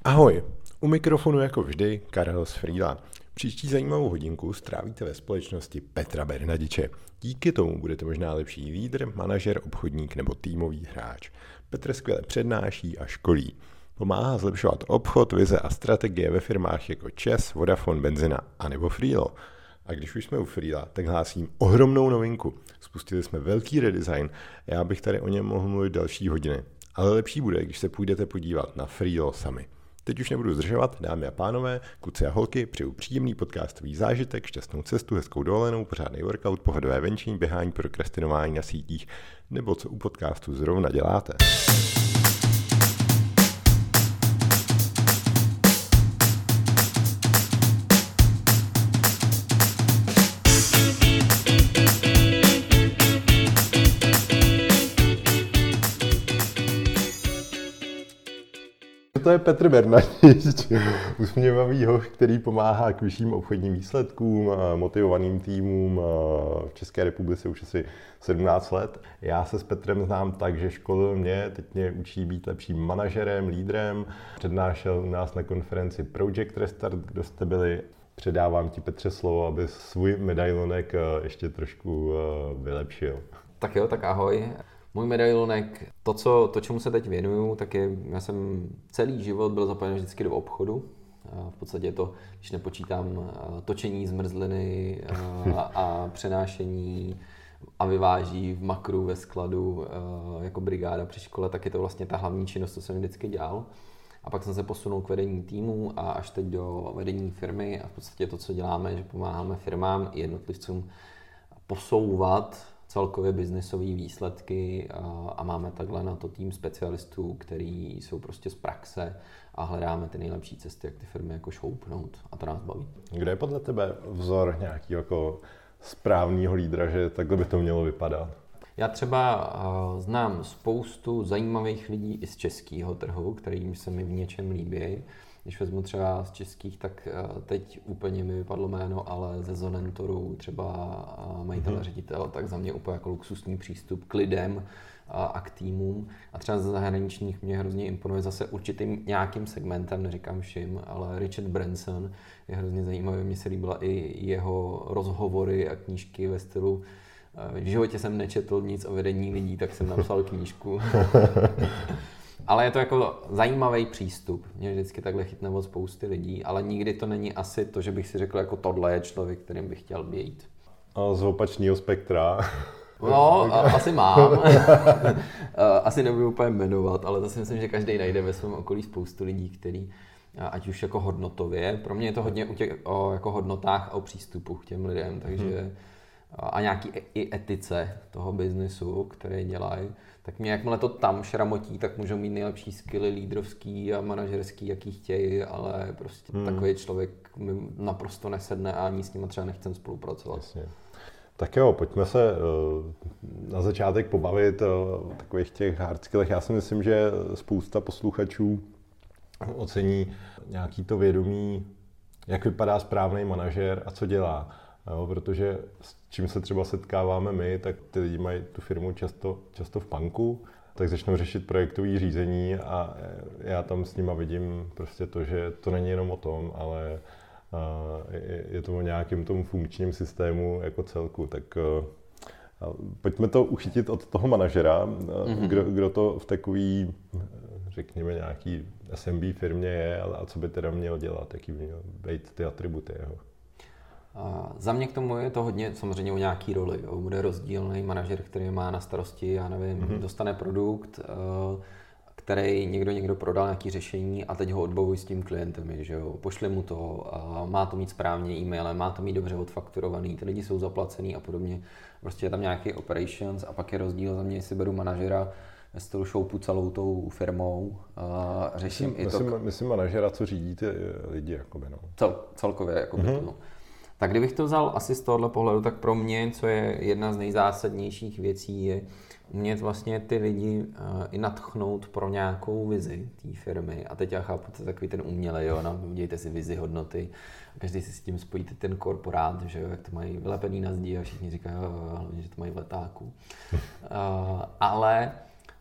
Ahoj, u mikrofonu jako vždy Karel z Frýla. Příští zajímavou hodinku strávíte ve společnosti Petra Bernadiče. Díky tomu budete možná lepší lídr, manažer, obchodník nebo týmový hráč. Petr skvěle přednáší a školí. Pomáhá zlepšovat obchod, vize a strategie ve firmách jako ČEZ, Vodafone, Benzina a nebo Frýlo. A když už jsme u Frýla, tak hlásím ohromnou novinku. Spustili jsme velký redesign a já bych tady o něm mohl mluvit další hodiny. Ale lepší bude, když se půjdete podívat na Frýlo sami. Teď už nebudu zdržovat, dámy a pánové, kluci a holky, přeju příjemný podcastový zážitek, šťastnou cestu, hezkou dovolenou, pořádný workout, pohodové venčení, běhání, prokrastinování na sítích, nebo co u podcastu zrovna děláte. To je Petr Bernadič, usměvavý host, který pomáhá k vyšším obchodním výsledkům, motivovaným týmům v České republice už asi 17 let. Já se s Petrem znám tak, že školil mě, teď mě učí být lepším manažerem, lídrem. Přednášel u nás na konferenci Project Restart, kdo jste byli. Předávám ti, Petře, slovo, aby svůj medailonek ještě trošku vylepšil. Tak jo, tak ahoj. Můj medailonek, to, čemu se teď věnuju, tak je, já jsem celý život byl zapojen vždycky do obchodu. V podstatě to, když nepočítám točení zmrzliny a přenášení a vyváží v makru ve skladu jako brigáda při škole, tak je to vlastně ta hlavní činnost, co jsem vždycky dělal. A pak jsem se posunul k vedení týmu a až teď do vedení firmy a v podstatě to, co děláme, že pomáháme firmám i jednotlivcům posouvat celkově biznisové výsledky a máme takhle na to tým specialistů, který jsou prostě z praxe a hledáme ty nejlepší cesty, jak ty firmy jako šoupnout a to nás baví. Kde je podle tebe vzor nějaký jako správného lídra, že takhle by to mělo vypadat? Já třeba znám spoustu zajímavých lidí i z českého trhu, kterým se mi v něčem líbí. Když vezmu třeba z českých, tak teď úplně mi vypadlo jméno, ale ze Zonentoru třeba majitel a ředitel, tak za mě úplně jako luxusní přístup k lidem a k týmům. A třeba ze zahraničních mě hrozně imponuje zase určitým nějakým segmentem, neříkám všim, ale Richard Branson je hrozně zajímavý. Mně se líbila i jeho rozhovory a knížky ve stylu v životě jsem nečetl nic o vedení lidí, tak jsem napsal knížku. Ale je to jako zajímavý přístup. Mě vždycky takhle chytne od spousty lidí, ale nikdy to není asi to, že bych si řekl, jako tohle je člověk, kterým bych chtěl být. A z opačného spektra. No, asi mám. Asi nebudu úplně jmenovat, ale to si myslím, že každý najde ve svém okolí spoustu lidí, který ať už jako hodnotově, pro mě je to hodně o jako hodnotách a o přístupu k těm lidem, takže a nějaký i etice toho biznesu, který dělají, tak mě jakmile to tam šramotí, tak můžou mít nejlepší skilly lídrovský a manažerský, jaký chtějí, ale prostě takový člověk mi naprosto nesedne a ani s ním třeba nechcem spolupracovat. Jasně. Tak jo, pojďme se na začátek pobavit o takových těch hard skillech. Já si myslím, že spousta posluchačů ocení nějaký to vědomí, jak vypadá správný manažer a co dělá. Jo, protože s čím se třeba setkáváme my, tak ty lidi mají tu firmu často v punku, tak začnou řešit projektové řízení a já tam s nima vidím prostě to, že to není jenom o tom, ale je to o nějakém tom funkčním systému jako celku. Tak pojďme to uchytit od toho manažera, kdo to v takový, řekněme, nějaký SMB firmě je a co by teda měl dělat, jaký by měl být ty atributy jeho. Za mě k tomu je to hodně samozřejmě o nějaký roli. Jo. Bude rozdílný manažer, který má na starosti, já nevím, dostane produkt, který někdo prodal nějaké řešení a teď ho odbavují s tím klientem, že jo. Pošle mu to, má to mít správně e-mailem, má to mít dobře odfakturovaný, ty lidi jsou zaplacený a podobně. Prostě je tam nějaký operations a pak je rozdíl za mě, jestli beru manažera ve stylu šoupu celou tou firmou, řeším myslím manažera, co řídí ty lidi, jakoby, no. Celkově, jakoby, no. Tak kdybych to vzal asi z tohohle pohledu, tak pro mě, co je jedna z nejzásadnějších věcí, je umět vlastně ty lidi i nadchnout pro nějakou vizi té firmy. A teď já chápu, to je takový ten umělej, jo, udějte si vizi, hodnoty, každý si s tím spojíte ten korporát, že jo, jak to mají vylepený na zdi a všichni říkají, hlavně, že to mají v letáku. Ale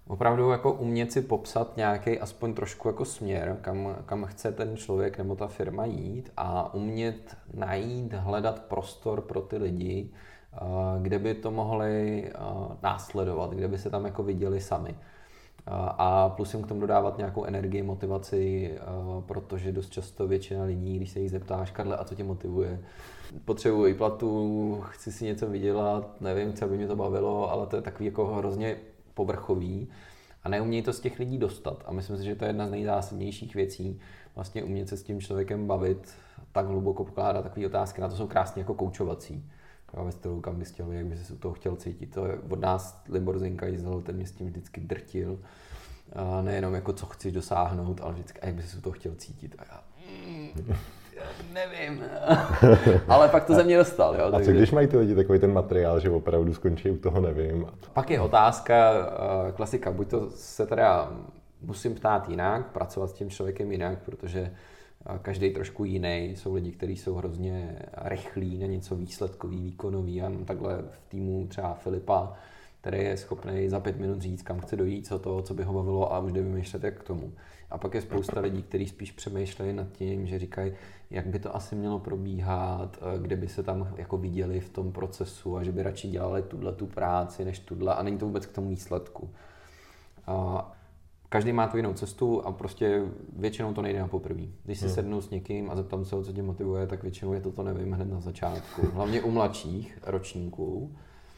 Opravdu jako umět si popsat nějaký aspoň trošku jako směr, kam chce ten člověk nebo ta firma jít a umět najít, hledat prostor pro ty lidi, kde by to mohli následovat, kde by se tam jako viděli sami. A plus jim k tomu dodávat nějakou energii, motivaci, protože dost často většina lidí, když se jich zeptáš, Karle, a co tě motivuje? Potřebuji výplatu, chci si něco vydělat, nevím, co by mě to bavilo, ale to je takový jako hrozně povrchový a neumějí to z těch lidí dostat. A myslím si, že to je jedna z nejzásadnějších věcí, vlastně umět se s tím člověkem bavit, tak hluboko pokládat takové otázky, na to jsou krásně jako koučovací. Ve stylu, kam bys chtěl, jak bys se u toho chtěl cítit. To je od nás Libor Zinkajzel, ten mě s tím vždycky drtil. A nejenom jako co chceš dosáhnout, ale vždycky, a jak bys se u toho chtěl cítit. A já nevím. Ale pak to ze mě dostal. Jo, a co když mají ty lidi takový ten materiál, že opravdu skončí u toho nevím? Pak je otázka, klasika, buď to se teda musím ptát jinak, pracovat s tím člověkem jinak, protože každý trošku jiný. Jsou lidi, kteří jsou hrozně rychlí na něco výsledkový, výkonový. Já mám takhle v týmu třeba Filipa, který je schopný za 5 minut říct, kam chce dojít, co by ho bavilo a už jde vymýšlet jak k tomu. A pak je spousta lidí, kteří spíš přemýšlejí nad tím, že říkají, jak by to asi mělo probíhat, kde by se tam jako viděli v tom procesu a že by radši dělali tu práci než tuhle a není to vůbec k tomu výsledku. Každý má tu jinou cestu a prostě většinou to nejde na poprvé. Když si sednu s někým a zeptám se, co tě motivuje, tak většinou je to nevím hned na začátku. Hlavně u mladších ročníků.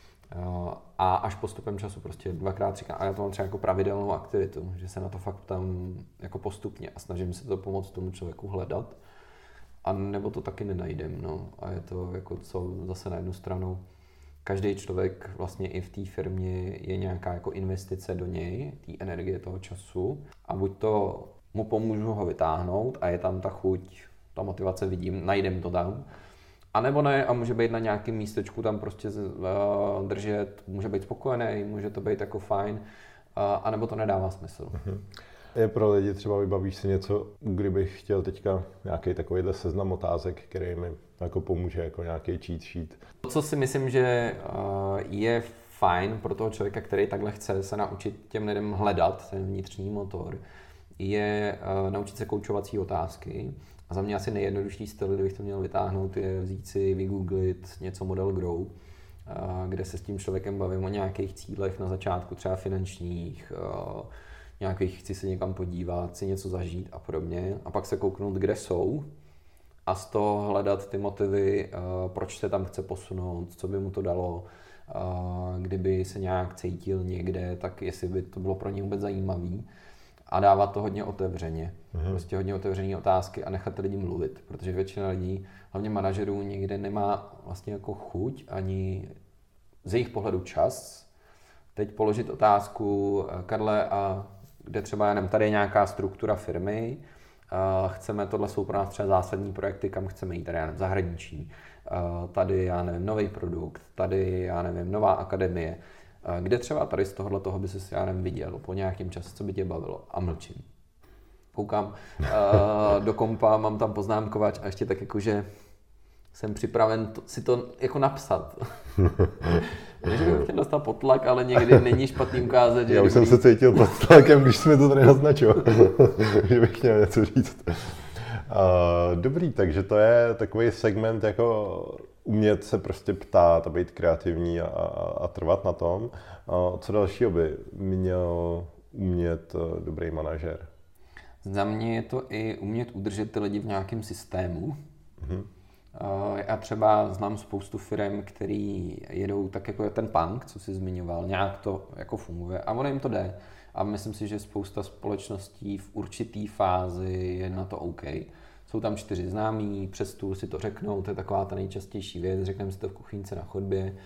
A až postupem času prostě 2x, 3x. A já to mám třeba jako pravidelnou aktivitu, že se na to fakt ptám jako postupně a snažím se to pomoct tomu člověku hledat. A nebo to taky nenajdem. No. A je to jako co zase na jednu stranu. Každý člověk vlastně i v té firmě je nějaká jako investice do něj, té energie, toho času a buď to mu pomůžu ho vytáhnout a je tam ta chuť, ta motivace vidím, najdem to tam, a nebo ne a může být na nějakém místečku tam prostě držet, může být spokojený, může to být jako fajn, a nebo to nedává smysl. Je pro lidi třeba vybavíš si něco, kdybych chtěl teďka nějaký takovýhle seznam otázek, který mi jako pomůže jako nějaký cheat sheet. Co si myslím, že je fajn pro toho člověka, který takhle chce se naučit těm lidem hledat ten vnitřní motor, je naučit se koučovací otázky. A za mě asi nejjednodušší styl, kdybych to měl vytáhnout, je vzít si, vygooglit něco model Grow, kde se s tím člověkem bavím o nějakých cílech na začátku, třeba finančních, nějakých chci se někam podívat, si něco zažít a podobně. A pak se kouknout, kde jsou a z toho hledat ty motivy, proč se tam chce posunout, co by mu to dalo, kdyby se nějak cítil někde, tak jestli by to bylo pro ně vůbec zajímavý. A dávat to hodně otevřeně. Prostě hodně otevřené otázky a nechat lidi mluvit, protože většina lidí, hlavně manažerů, někde nemá vlastně jako chuť ani z jejich pohledu čas. Teď položit otázku, Karle, a kde třeba, já nevím, tady je nějaká struktura firmy, chceme, tohle jsou pro nás třeba zásadní projekty, kam chceme jít, tady, já nevím, zahraničí, tady, já nevím, nový produkt, tady, já nevím, nová akademie, kde třeba tady z toho by se, já nevím, viděl po nějakém čase, co by tě bavilo, a mlčím. Koukám do kompa, mám tam poznámkovač a ještě tak jakože jsem připraven si to jako napsat. Že bych chtěl dostat pod tlak, ale někdy není špatný ukázat, že... Já už jsem se cítil pod tlakem, když jsme to tady naznačil, že bych měl něco říct. Dobrý, takže to je takový segment jako umět se prostě ptát a být kreativní a trvat na tom. Co dalšího by měl umět dobrý manažer? Za mě je to i umět udržet ty lidi v nějakém systému. Já třeba znám spoustu firem, který jedou tak jako ten punk, co jsi zmiňoval, nějak to jako funguje a ono jim to jde. A myslím si, že spousta společností v určitý fázi je na to OK. Jsou tam 4 známí, přes stůl si to řeknou, to je taková ta nejčastější věc, řekneme si to v kuchyňce na chodbě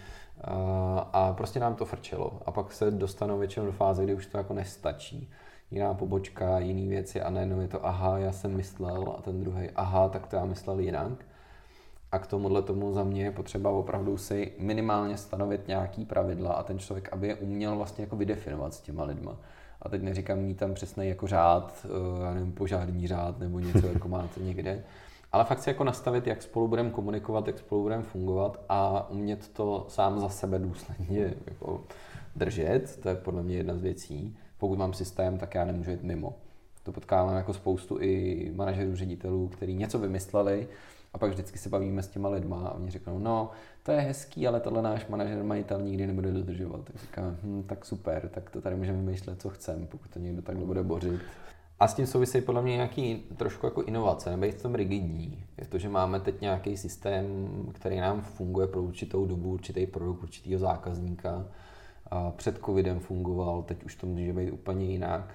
a prostě nám to frčelo. A pak se dostanou většinou do fáze, kdy už to jako nestačí. Jiná pobočka, jiný věci a najednou je to aha, já jsem myslel a ten druhý aha, tak to já myslel jinak. A k tomuhle tomu za mě je potřeba opravdu si minimálně stanovit nějaký pravidla a ten člověk, aby je uměl vlastně jako vydefinovat s těma lidma. A teď neříkám mít tam přesný jako řád, já nevím, požární řád nebo něco, jako máte někde, ale fakt si jako nastavit, jak spolu budeme komunikovat, jak spolu budeme fungovat a umět to sám za sebe důsledně jako držet, to je podle mě jedna z věcí. pokud mám systém, tak já nemůžu jít mimo. To potkávám jako spoustu i manažerů, ředitelů, kteří něco vymysleli a pak vždycky se bavíme s těma lidma a oni řeknou, no, to je hezký, ale tohle náš manažer, majitel nikdy nebude dodržovat. Tak říkám, tak super, tak to tady můžeme vymýšlet, co chceme, pokud to někdo takhle bude bořit. A s tím souvisí podle mě nějaký trošku jako inovace, nebejt v tom rigidní. Je to, že máme teď nějaký systém, který nám funguje pro určitou dobu, určitý produkt, určitýho zákazníka. A před covidem fungoval, teď už to může být úplně jinak.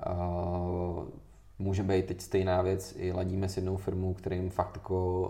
Může být teď stejná věc, i ladíme s jednou firmou, kterým fakt jako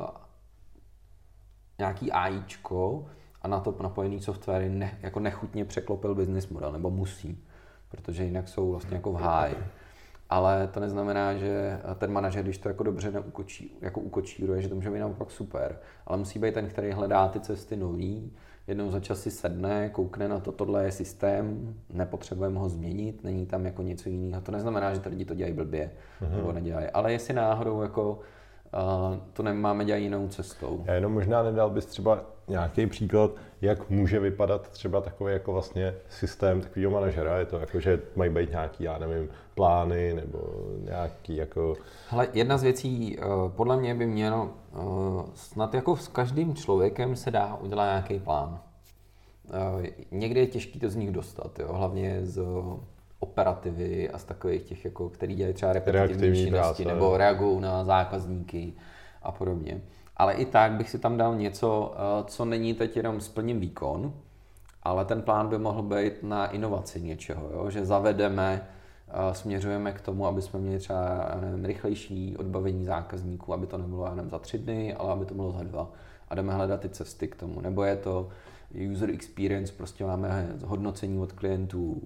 nějaký AIčko a na to napojený software jako nechutně překlopil business model, nebo musí, protože jinak jsou vlastně jako v háji. Ale to neznamená, že ten manažer, když to jako dobře ukočíruje, že to může být naopak super. Ale musí být ten, který hledá ty cesty nový, jednou za čas si sedne, koukne na to, tohle je systém, nepotřebujeme ho změnit, není tam jako něco jiného. To neznamená, že ty lidi to dělají blbě, nebo nedělají. Ale jestli náhodou jako to nemáme dělat jinou cestou. Já jenom možná nedal bys třeba nějaký příklad, jak může vypadat třeba takový jako vlastně systém takového manažera. Je to jako, že mají být nějaký, já nevím, plány nebo nějaký jako... Hele, jedna z věcí, podle mě by mělo, snad jako s každým člověkem se dá udělat nějaký plán. Někdy je těžké to z nich dostat, jo? Hlavně z operativy a z takových těch, jako, který dělají třeba repetitivní činnosti nebo reagují na zákazníky a podobně. Ale i tak bych si tam dal něco, co není teď jenom splním výkon, ale ten plán by mohl být na inovaci něčeho, jo? Že zavedeme, směřujeme k tomu, aby jsme měli třeba rychlejší odbavení zákazníků, aby to nebylo jenom za 3 dny, ale aby to bylo za 2. A jdeme hledat ty cesty k tomu. Nebo je to user experience, prostě máme hodnocení od klientů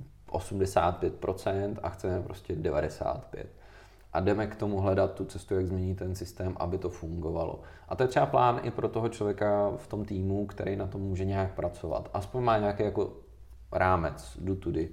85% a chceme prostě 95%. A jdeme k tomu hledat tu cestu, jak změnit ten systém, aby to fungovalo. A to je třeba plán i pro toho člověka v tom týmu, který na tom může nějak pracovat. Aspoň má nějaký jako rámec, do tudy.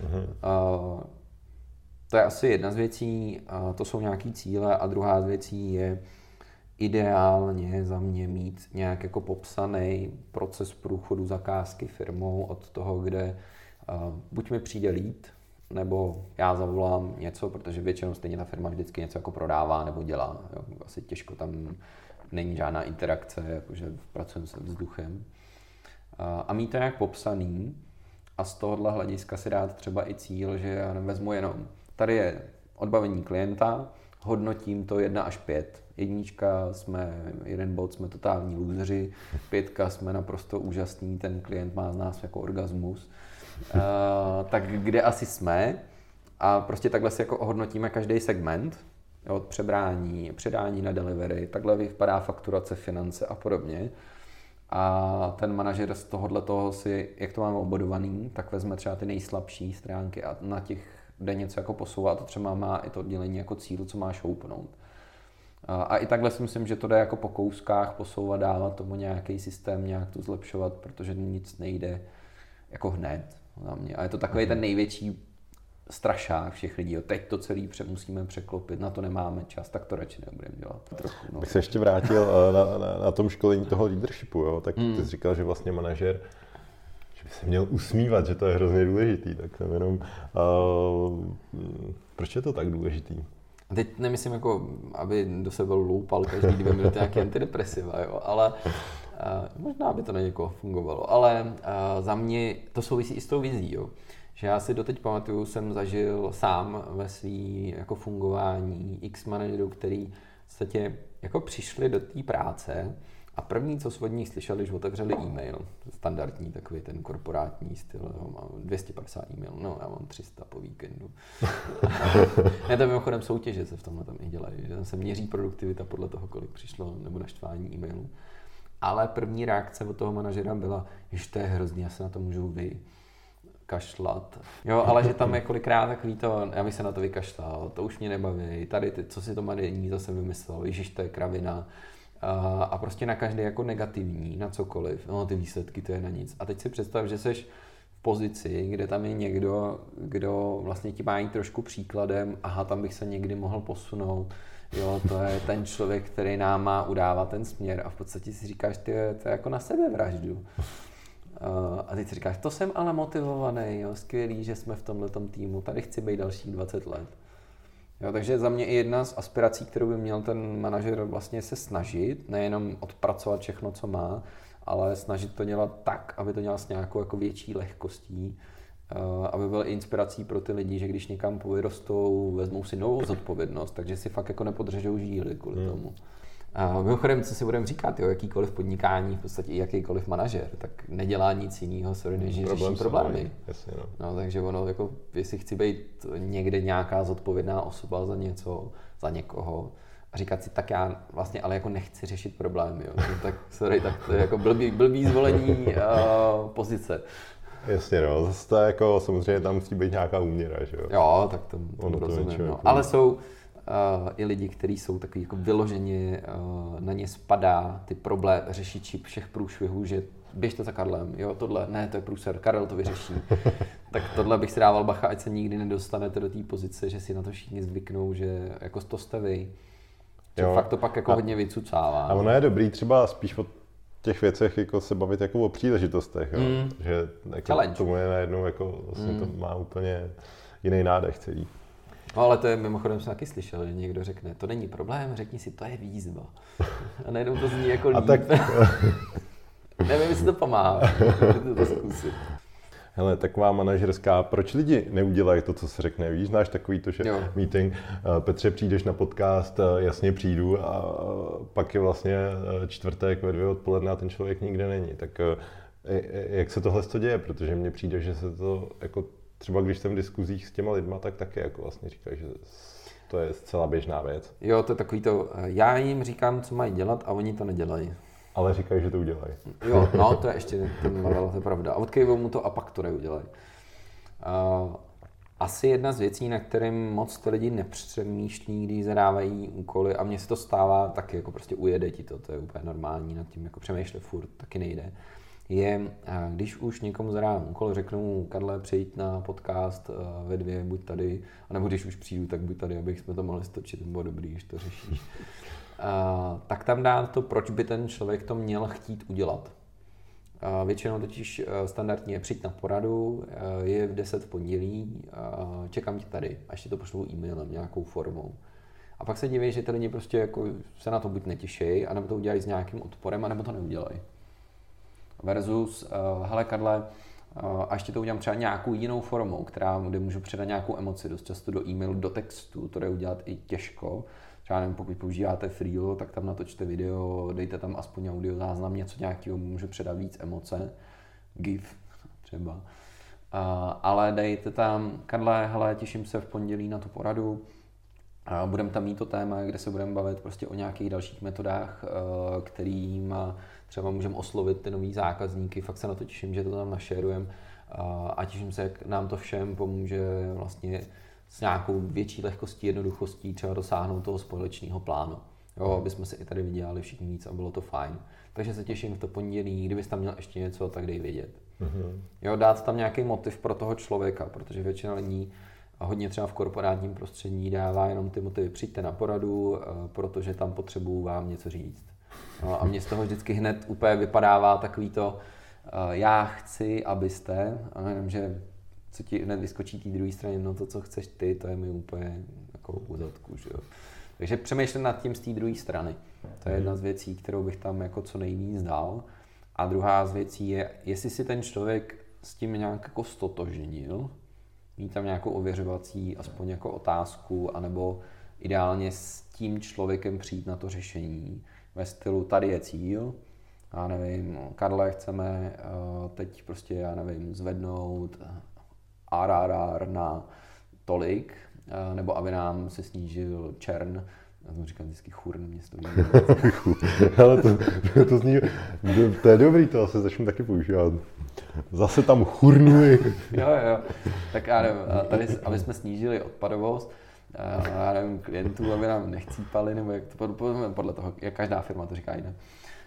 To je asi jedna z věcí, to jsou nějaký cíle a druhá z věcí je ideálně za mě mít nějak jako popsaný proces průchodu zakázky firmou od toho, kde buď mi přijde lead, nebo já zavolám něco, protože většinou stejně ta firma vždycky něco jako prodává nebo dělá. Jo. Asi těžko tam není žádná interakce, jakože pracujeme se vzduchem. A mít to nějak popsaný a z tohohle hlediska si dát třeba i cíl, že já vezmu jenom, tady je odbavení klienta, hodnotím to 1 až 5. 1 jeden bod jsme totální lůzři, 5 jsme naprosto úžasní, ten klient má z nás jako orgasmus. Tak kde asi jsme a prostě takhle si jako ohodnotíme každý segment, od přebrání, předání na delivery, takhle vypadá fakturace, finance a podobně. A ten manažer z toho si, jak to máme obodovaný, tak vezme třeba ty nejslabší stránky a na těch jde něco jako posouvat, to třeba má i to oddělení jako cíl, co má šoupnout. A i takhle si myslím, že to jde jako po kouskách posouvat, dávat tomu nějaký systém, nějak to zlepšovat, protože nic nejde jako hned na mě. A je to takový ten největší strašák všech lidí. Teď to celý musíme překlopit, na to nemáme čas, tak to radši nebudeme dělat. Trochu, no. Bych se ještě vrátil na tom školení toho leadershipu, jo? Tak ty jsi říkal, že vlastně manažer že by se měl usmívat, že to je hrozně důležitý, tak jsem jenom... proč je to tak důležitý? Teď nemyslím, jako, aby do sebe loupal každý 2 minuty nějaký antidepresiva, jo? Ale možná by to na někoho fungovalo, ale za mě to souvisí i s tou vizí, jo? Že já si doteď pamatuju, jsem zažil sám ve svý jako fungování x manažerů, který vlastně jako přišli do té práce a první, co od nich slyšeli, že otevřeli e-mail, standardní takový ten korporátní styl, jo, mám 250 e-mailů, no já mám 300 po víkendu. Ne, to mimochodem soutěže se v tomhle tam i dělají, že se měří produktivita podle toho, kolik přišlo, nebo naštvání e-mailů. Ale první reakce od toho manažera byla, že to je hrozný, já se na to můžu vykašlat. Jo, ale že tam je kolikrát takový to, já bych se na to vykašlal, to už mě nebaví, tady co si to madení zase vymyslel, ježiš, to je kravina. A prostě na každý jako negativní, na cokoliv, no ty výsledky, to je na nic. A teď si představ, že seš v pozici, kde tam je někdo, kdo vlastně ti má jít trošku příkladem, aha, tam bych se někdy mohl posunout, jo, to je ten člověk, který nám má udávat ten směr a v podstatě si říkáš, ty, to je jako na sebevraždu. A teď si říkáš, to jsem ale motivovaný, jo, skvělý, že jsme v tomhletom týmu, tady chci být dalších 20 let. Jo, takže za mě i jedna z aspirací, kterou by měl ten manažer vlastně se snažit, nejenom odpracovat všechno, co má, ale snažit to dělat tak, aby to dělal s nějakou jako větší lehkostí, aby byl inspirací pro ty lidi, že když někam vyrostou, vezmou si novou zodpovědnost, takže si fakt jako nepodřežou žíly kvůli tomu. A mimochodem, co si budeme říkat, jo, jakýkoliv podnikání, v podstatě i jakýkoliv manažer, tak nedělá nic jiného, než řeší problémy. Jasně, no. No, takže ono, jako, jestli chci být někde nějaká zodpovědná osoba za něco, za někoho, a říkat si, tak já vlastně ale jako nechci řešit problémy, jo. Tak sorry, tak to je jako blbý zvolení pozice. Jasně, no, zase to je jako, samozřejmě tam musí být nějaká úměra, že jo? Jo, tak to rozumím, no. Ale jsou i lidi, kteří jsou takový jako vyloženě, na ně spadá ty problém řešiči všech průšvihů, že běžte za Karlem, jo, tohle, ne, to je průser, Karel to vyřeší. Tak tohle bych si dával bacha, ať se nikdy nedostanete do té pozice, že si na to všichni zvyknou, že jako to jste vy. Že fakt to pak jako hodně vycucává. A ono je dobrý třeba spíš o těch věcech jako se bavit jako o příležitostech, jo? Že jako tomu je najednou jako vlastně to má úplně jiný nádech celý. No ale to je mimochodem jsem taky slyšel, že někdo řekne, to není problém, řekni si, to je výzva. A najednou to zní jako líp. Tak... Nevím, jestli to pomáhá, můžete to zkusit. Hele, taková manažerská, proč lidi neudělají to, co se řekne? Víš, znáš takový to, že meeting, Petře, přijdeš na podcast, jasně přijdu a pak je vlastně čtvrtek ve 2 odpoledne a ten člověk nikde není. Tak jak se tohle děje? Protože mně přijde, že se to jako třeba když jsem v diskuzích s těma lidma, tak taky jako vlastně říkají, že to je zcela běžná věc. Jo, to je takový to, já jim říkám, co mají dělat a oni to nedělají. Ale říkají, že to udělají. Jo, no to je ještě ten model, to je pravda. A odkejvou mu to a pak to neudělají. Asi jedna z věcí, na kterým moc ty lidi nepřemýšlí, když zadávají úkoly, a mně se to stává taky, jako prostě ujede ti to je úplně normální, nad tím jako přemýšlet furt taky nejde, je, když už někomu zadám úkol, řeknu mu, Karle, přijď na podcast ve 2, buď tady, anebo když už přijdu, tak buď tady, abych jsme to mohli stočit, to bylo dobrý, když to řešíš. Tak tam dá to, proč by ten člověk to měl chtít udělat. Většinou totiž standardně je přijď na poradu, je v 10 v pondělí, čekám tě tady, až ti to pošlou e-mailem, nějakou formou. A pak se diví, že ty lidi prostě jako se na to buď netěší, anebo to udělají s nějakým odporem, anebo to neudělají. Versus, hele Karle, až ti to udělám třeba nějakou jinou formou, kde můžu předat nějakou emoci, dost často do e-mailu, do textu, to jde udělat i těžko. Třeba nevím, pokud používáte Freelo, tak tam natočte video, dejte tam aspoň audio záznam, něco nějakého, můžu předat víc emoce, GIF třeba. Ale dejte tam, Karle, hele, těším se v pondělí na tu poradu, budeme tam mít to téma, kde se budeme bavit prostě o nějakých dalších metodách, kterým třeba můžeme oslovit ty nový zákazníky, fakt se na to těším, že to tam našerujeme a těším se, jak nám to všem pomůže vlastně s nějakou větší lehkostí, jednoduchostí třeba dosáhnout toho společného plánu. Jo, aby jsme se i tady vydělali všichni víc a bylo to fajn. Takže se těším v to pondělí, kdybys tam měl ještě něco, tak dej vědět. Jo, dát tam nějaký motiv pro toho člověka, protože většina lidí hodně třeba v korporátním prostředí dává jenom ty motivy, přijďte na poradu, protože tam potřebuju vám něco říct. No, a mě z toho vždycky hned úplně vypadává takový to, já chci, abyste, a nevím, že co ti hned vyskočí té druhé straně, no to, co chceš ty, to je mi úplně jako u zadku, že jo. Takže přemýšlím nad tím z té druhé strany. To je jedna z věcí, kterou bych tam jako co nejvíc dal. A druhá z věcí je, jestli si ten člověk s tím nějak jako stotožnil, mít tam nějakou ověřovací aspoň jako otázku, anebo ideálně s tím člověkem přijít na to řešení ve stylu tady je cíl, já nevím, Karle, chceme teď prostě, já nevím, zvednout RRR na tolik, nebo aby nám se snížil churn. Já tomu říkám vždycky churn, mě to líbí. Ale to zní, to je dobrý, to asi začnu taky používat. Zase tam churnuji. Jo. Tak já nevím, tady, aby jsme snížili odpadovost, já nevím, klientů, aby nám nechcípali, nebo jak to podle toho, jak každá firma to říká jinak.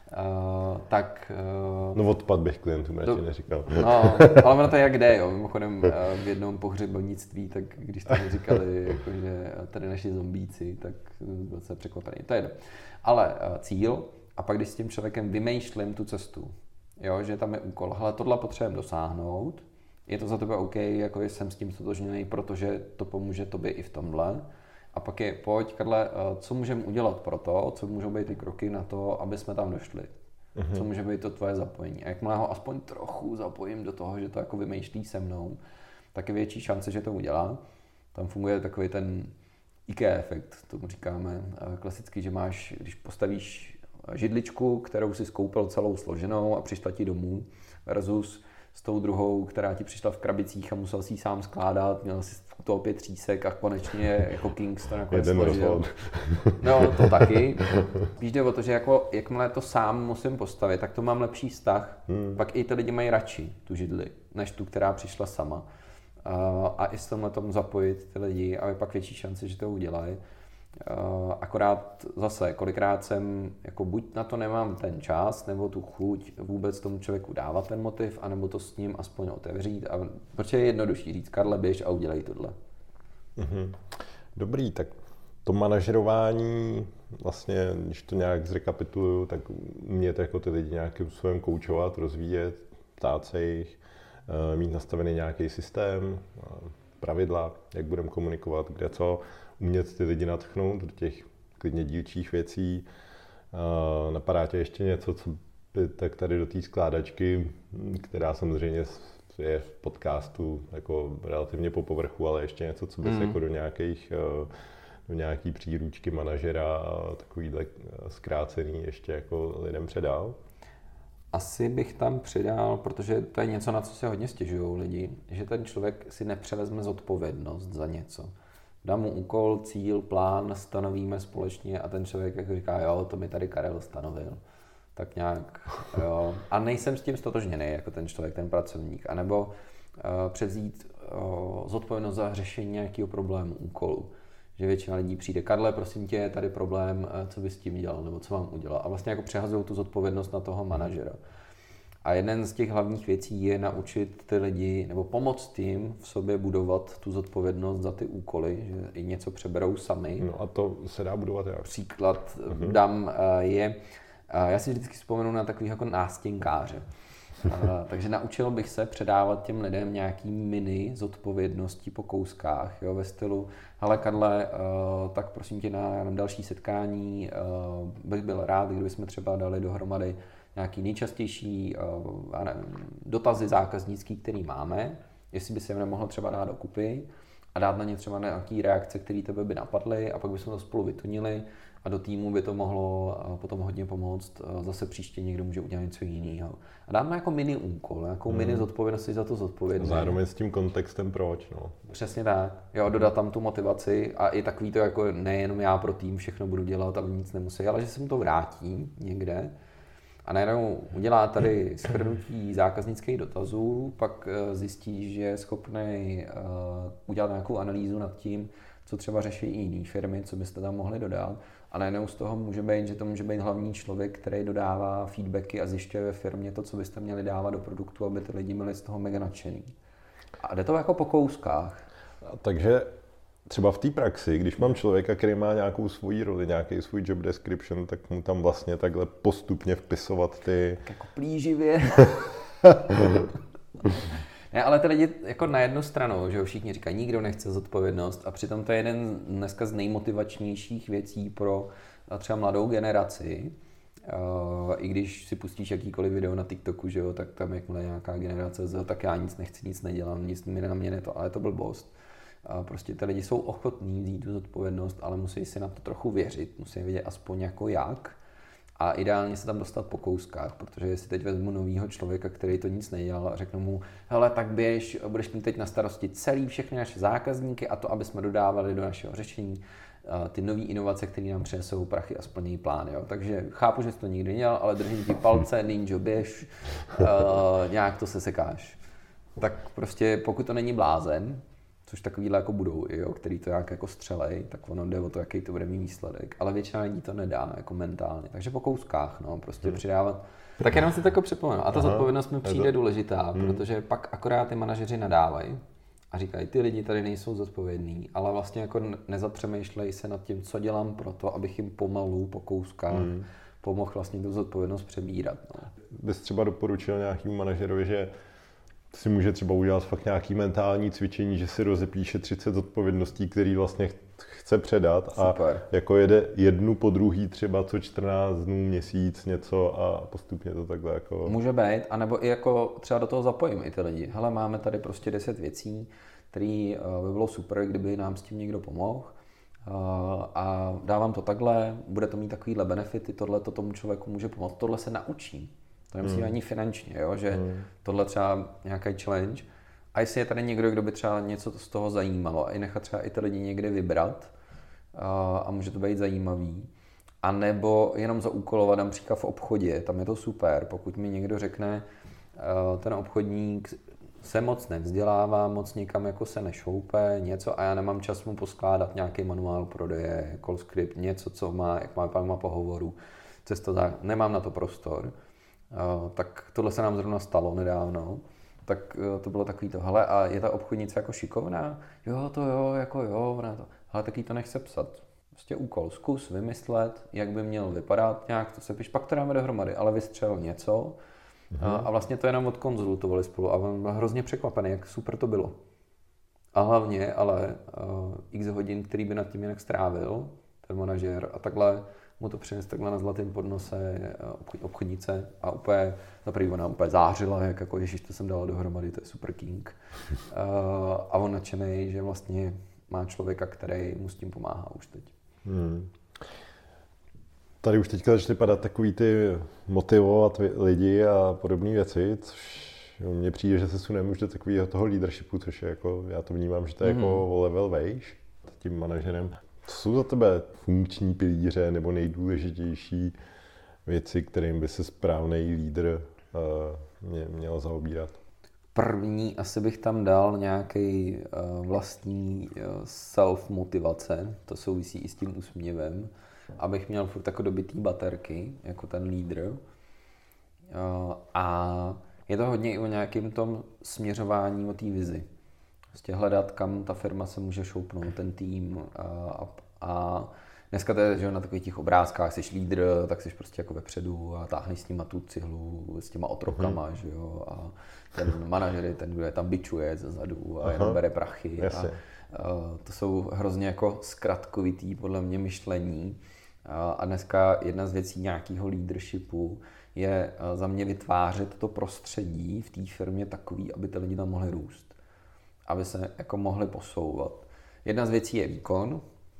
No odpad bych klientům radši neříkal. No, ale ono to je jak jde, jo. Mimochodem v jednom pohřebnictví, tak když tam říkali, jako, že tady naši zombíci, tak byl se překvapený. To je jedno. Ale cíl, a pak když s tím člověkem vymýšlím tu cestu, Jo, že tam je úkol, hele, tohle potřebujeme dosáhnout, je to za tebe OK, jako jsem s tím stotožněný, protože to pomůže tobě i v tomhle. A pak je, pojď, Karle, co můžeme udělat pro to, co můžou být ty kroky na to, aby jsme tam došli. Co může být to tvoje zapojení. A jakmile ho aspoň trochu zapojím do toho, že to jako vymýšlí se mnou, tak je větší šance, že to udělá. Tam funguje takový ten IKEA efekt, tomu říkáme klasicky, že máš, když postavíš židličku, kterou si skoupil celou složenou a přišla ti domů, versus s tou druhou, která ti přišla v krabicích a musel si ji sám skládat, měl si to opět třísek a konečně jako Kings to nakonec složil. No, to taky. Spíš jde o to, že jako, jakmile to sám musím postavit, tak to mám lepší vztah. Pak i ty lidi mají radši tu židli, než tu, která přišla sama. A i s tomhle tomu zapojit ty lidi a je pak větší šance, že to udělají. Akorát zase, kolikrát jsem, jako buď na to nemám ten čas, nebo tu chuť vůbec tomu člověku dávat ten motiv, anebo to s ním aspoň otevřít. A protože je jednodušší říct, Karle, běž a udělej tohle. Dobrý, tak to manažerování, vlastně, když to nějak zrekapituluju, tak umět jako ty lidi nějakým způsobem koučovat, rozvíjet, ptát se jich, mít nastavený nějaký systém, pravidla, jak budeme komunikovat, kde co, umět ty lidi natchnout do těch klidně dílčích věcí. Napadá tě ještě něco, co by tak tady do té skládačky, která samozřejmě je v podcastu jako relativně po povrchu, ale ještě něco, co bys jako do nějaký příručky manažera a takovýhle zkrácený ještě jako lidem předal? Asi bych tam přidal, protože to je něco, na co se hodně stěžují lidi, že ten člověk si nepřevezme zodpovědnost za něco. Dám mu úkol, cíl, plán, stanovíme společně a ten člověk jako říká, jo, to mi tady Karel stanovil. Tak nějak, jo. A nejsem s tím stotožněný jako ten člověk, ten pracovník. A nebo převzít zodpovědnost za řešení nějakého problému, úkolu. Že většina lidí přijde, Karle, prosím tě, je tady problém, co bys s tím dělal, nebo co mám udělat. A vlastně jako přehazují tu zodpovědnost na toho manažera. A jeden z těch hlavních věcí je naučit ty lidi, nebo pomoct jim v sobě budovat tu zodpovědnost za ty úkoly, že i něco přeberou sami. No a to se dá budovat jak? Příklad dám je, já si vždycky vzpomenu na takový jako nástěnkáře. Takže naučil bych se předávat těm lidem nějaký mini zodpovědnosti po kouskách, jo, ve stylu, hele Karle, tak prosím tě na další setkání bych byl rád, kdybychom třeba dali dohromady nějaký nejčastější dotazy zákaznický, který máme, jestli by se jim nemohlo třeba dát dokupy a dát na ně třeba nějaký reakce, které tebe by napadly a pak bychom to spolu vytunili a do týmu by to mohlo potom hodně pomoct. Zase příště někdo může udělat něco jiného. A dáme jako mini úkol, nějakou mini zodpovědnost za to zodpovědnost. Zároveň s tím kontextem proč, no. Přesně tak. Jo, dodat tam tu motivaci a i takový to jako nejenom já pro tým všechno budu dělat a nic nemusí, ale že se mu to vrátí někde. A najednou udělá tady shrnutí zákaznických dotazů, pak zjistí, že je schopný udělat nějakou analýzu nad tím, co třeba řeší i jiné firmy, co byste tam mohli dodat. A najednou z toho může být, že to může být hlavní člověk, který dodává feedbacky a zjišťuje ve firmě to, co byste měli dávat do produktu, aby ty lidi byli z toho mega nadšený. A jde to jako po kouskách. Takže třeba v té praxi, když mám člověka, který má nějakou svoji roli, nějaký svůj job description, tak mu tam vlastně takhle postupně vpisovat ty... Tak jako plíživě. Ne, ale ty lidi jako na jednu stranu, že všichni říkají, nikdo nechce zodpovědnost a přitom to je jeden dneska z nejmotivačnějších věcí pro třeba mladou generaci. I když si pustíš jakýkoliv video na TikToku, že jo, tak tam jakmile nějaká generace, tak já nic nechci, nic nedělám, nic mi na mě neto, ale je to blbost. Prostě ty lidi jsou ochotní vzít tu zodpovědnost, ale musí si na to trochu věřit, musí vědět aspoň jako jak a ideálně se tam dostat po kouskách, protože jestli teď vezmu novýho člověka, který to nic nedělal a řeknu mu, hele, tak běž, budeš mít teď na starosti celý všechny naše zákazníky a to, aby jsme dodávali do našeho řešení ty nové inovace, které nám přinesou prachy a splnějí plán. Jo? Takže chápu, že jsi to nikdy nedělal, ale držím ti palce, ninjo, běž, nějak to se sekáš. Tak prostě pokud to není blázen, což takovýhle jako budou, jo, který to nějak jako střelej, tak ono jde o to, jaký to bude mít výsledek. Ale většina lidí to nedá jako mentálně. Takže po kouskách, no, prostě přidávat. Tak jenom si to jako připomenu. A ta zodpovědnost mi přijde důležitá, protože pak akorát ty manažeři nadávají a říkají, ty lidi tady nejsou zodpovědní, ale vlastně jako nezapřemýšlej se nad tím, co dělám pro to, abych jim pomalu po kouskách pomohl vlastně tu zodpovědnost přebírat. No. Bys třeba doporučil nějakému manažerovi, že si může třeba udělat fakt nějaký mentální cvičení, že si rozepíše 30 odpovědností, který vlastně chce předat. Super. A jako jede jednu po druhý třeba co 14 dnů, měsíc, něco a postupně to takhle jako... Může být, anebo i jako třeba do toho zapojím i ty lidi. Hele, máme tady prostě 10 věcí, které by bylo super, kdyby nám s tím někdo pomohl. A dávám to takhle, bude to mít takovýhle benefity, tohle to tomu člověku může pomoct, tohle se naučí. To nemusí ani finančně, jo? Že tohle třeba nějaký challenge. A jestli je tady někdo, kdo by třeba něco z toho zajímalo a i nechat třeba i ty lidi někde vybrat a může to být zajímavý. A nebo jenom zaúkolovat například v obchodě, tam je to super, pokud mi někdo řekne, ten obchodník se moc nevzdělává, moc někam jako se nešoupe, něco a já nemám čas mu poskládat nějaký manuál prodeje, call script, něco, co má, jak má pohovoru, nemám na to prostor. Tak tohle se nám zrovna stalo nedávno, tak to bylo takový to, hele, a je ta obchodnice jako šikovná? Jo, to jo, jako jo, ona to, hele, tak jí to nechce psat. Prostě úkol, zkus vymyslet, jak by měl vypadat, nějak to se píš, pak to dáme dohromady, ale vystřel něco a vlastně to jenom odkonzultovali spolu a on byl hrozně překvapený, jak super to bylo. A hlavně, ale x hodin, který by nad tím jinak strávil, ten manažer, a takhle mu to přines takhle na zlatém podnose obchodnice a úplně, zaprvé ona úplně zářila, jak jako ježiš, to jsem dala dohromady, to je super king. A on nadšenej, že vlastně má člověka, který mu s tím pomáhá už teď. Tady už teďka začaly padat takový ty motivovat lidi a podobné věci, což mně přijde, že se suneme už do takového toho leadershipu, což je jako, já to vnímám, že to je jako o level vejš tím manažerem. Co jsou za tebe funkční pilíře nebo nejdůležitější věci, kterým by se správný lídr měl zaobírat? První asi bych tam dal nějaký vlastní self-motivace, to souvisí i s tím úsměvem, abych měl furt jako dobitý baterky, jako ten lídr. A je to hodně i o nějakém tom směřování, o té vizi. Prostě hledat, kam ta firma se může šoupnout, ten tým a dneska to je, že na takových těch obrázkách jsi lídr, tak jsi prostě jako vepředu a táhneš s nima tu cihlu s těma otrokama, že jo, a ten manažer je ten, kdo je tam bičuje zezadu a jenom bere prachy. A to jsou hrozně jako zkratkovitý podle mě myšlení. A dneska jedna z věcí nějakého leadershipu je za mě vytvářet to prostředí v té firmě takový, aby ty lidi tam mohli růst, aby se jako mohli posouvat. Jedna z věcí je výkon.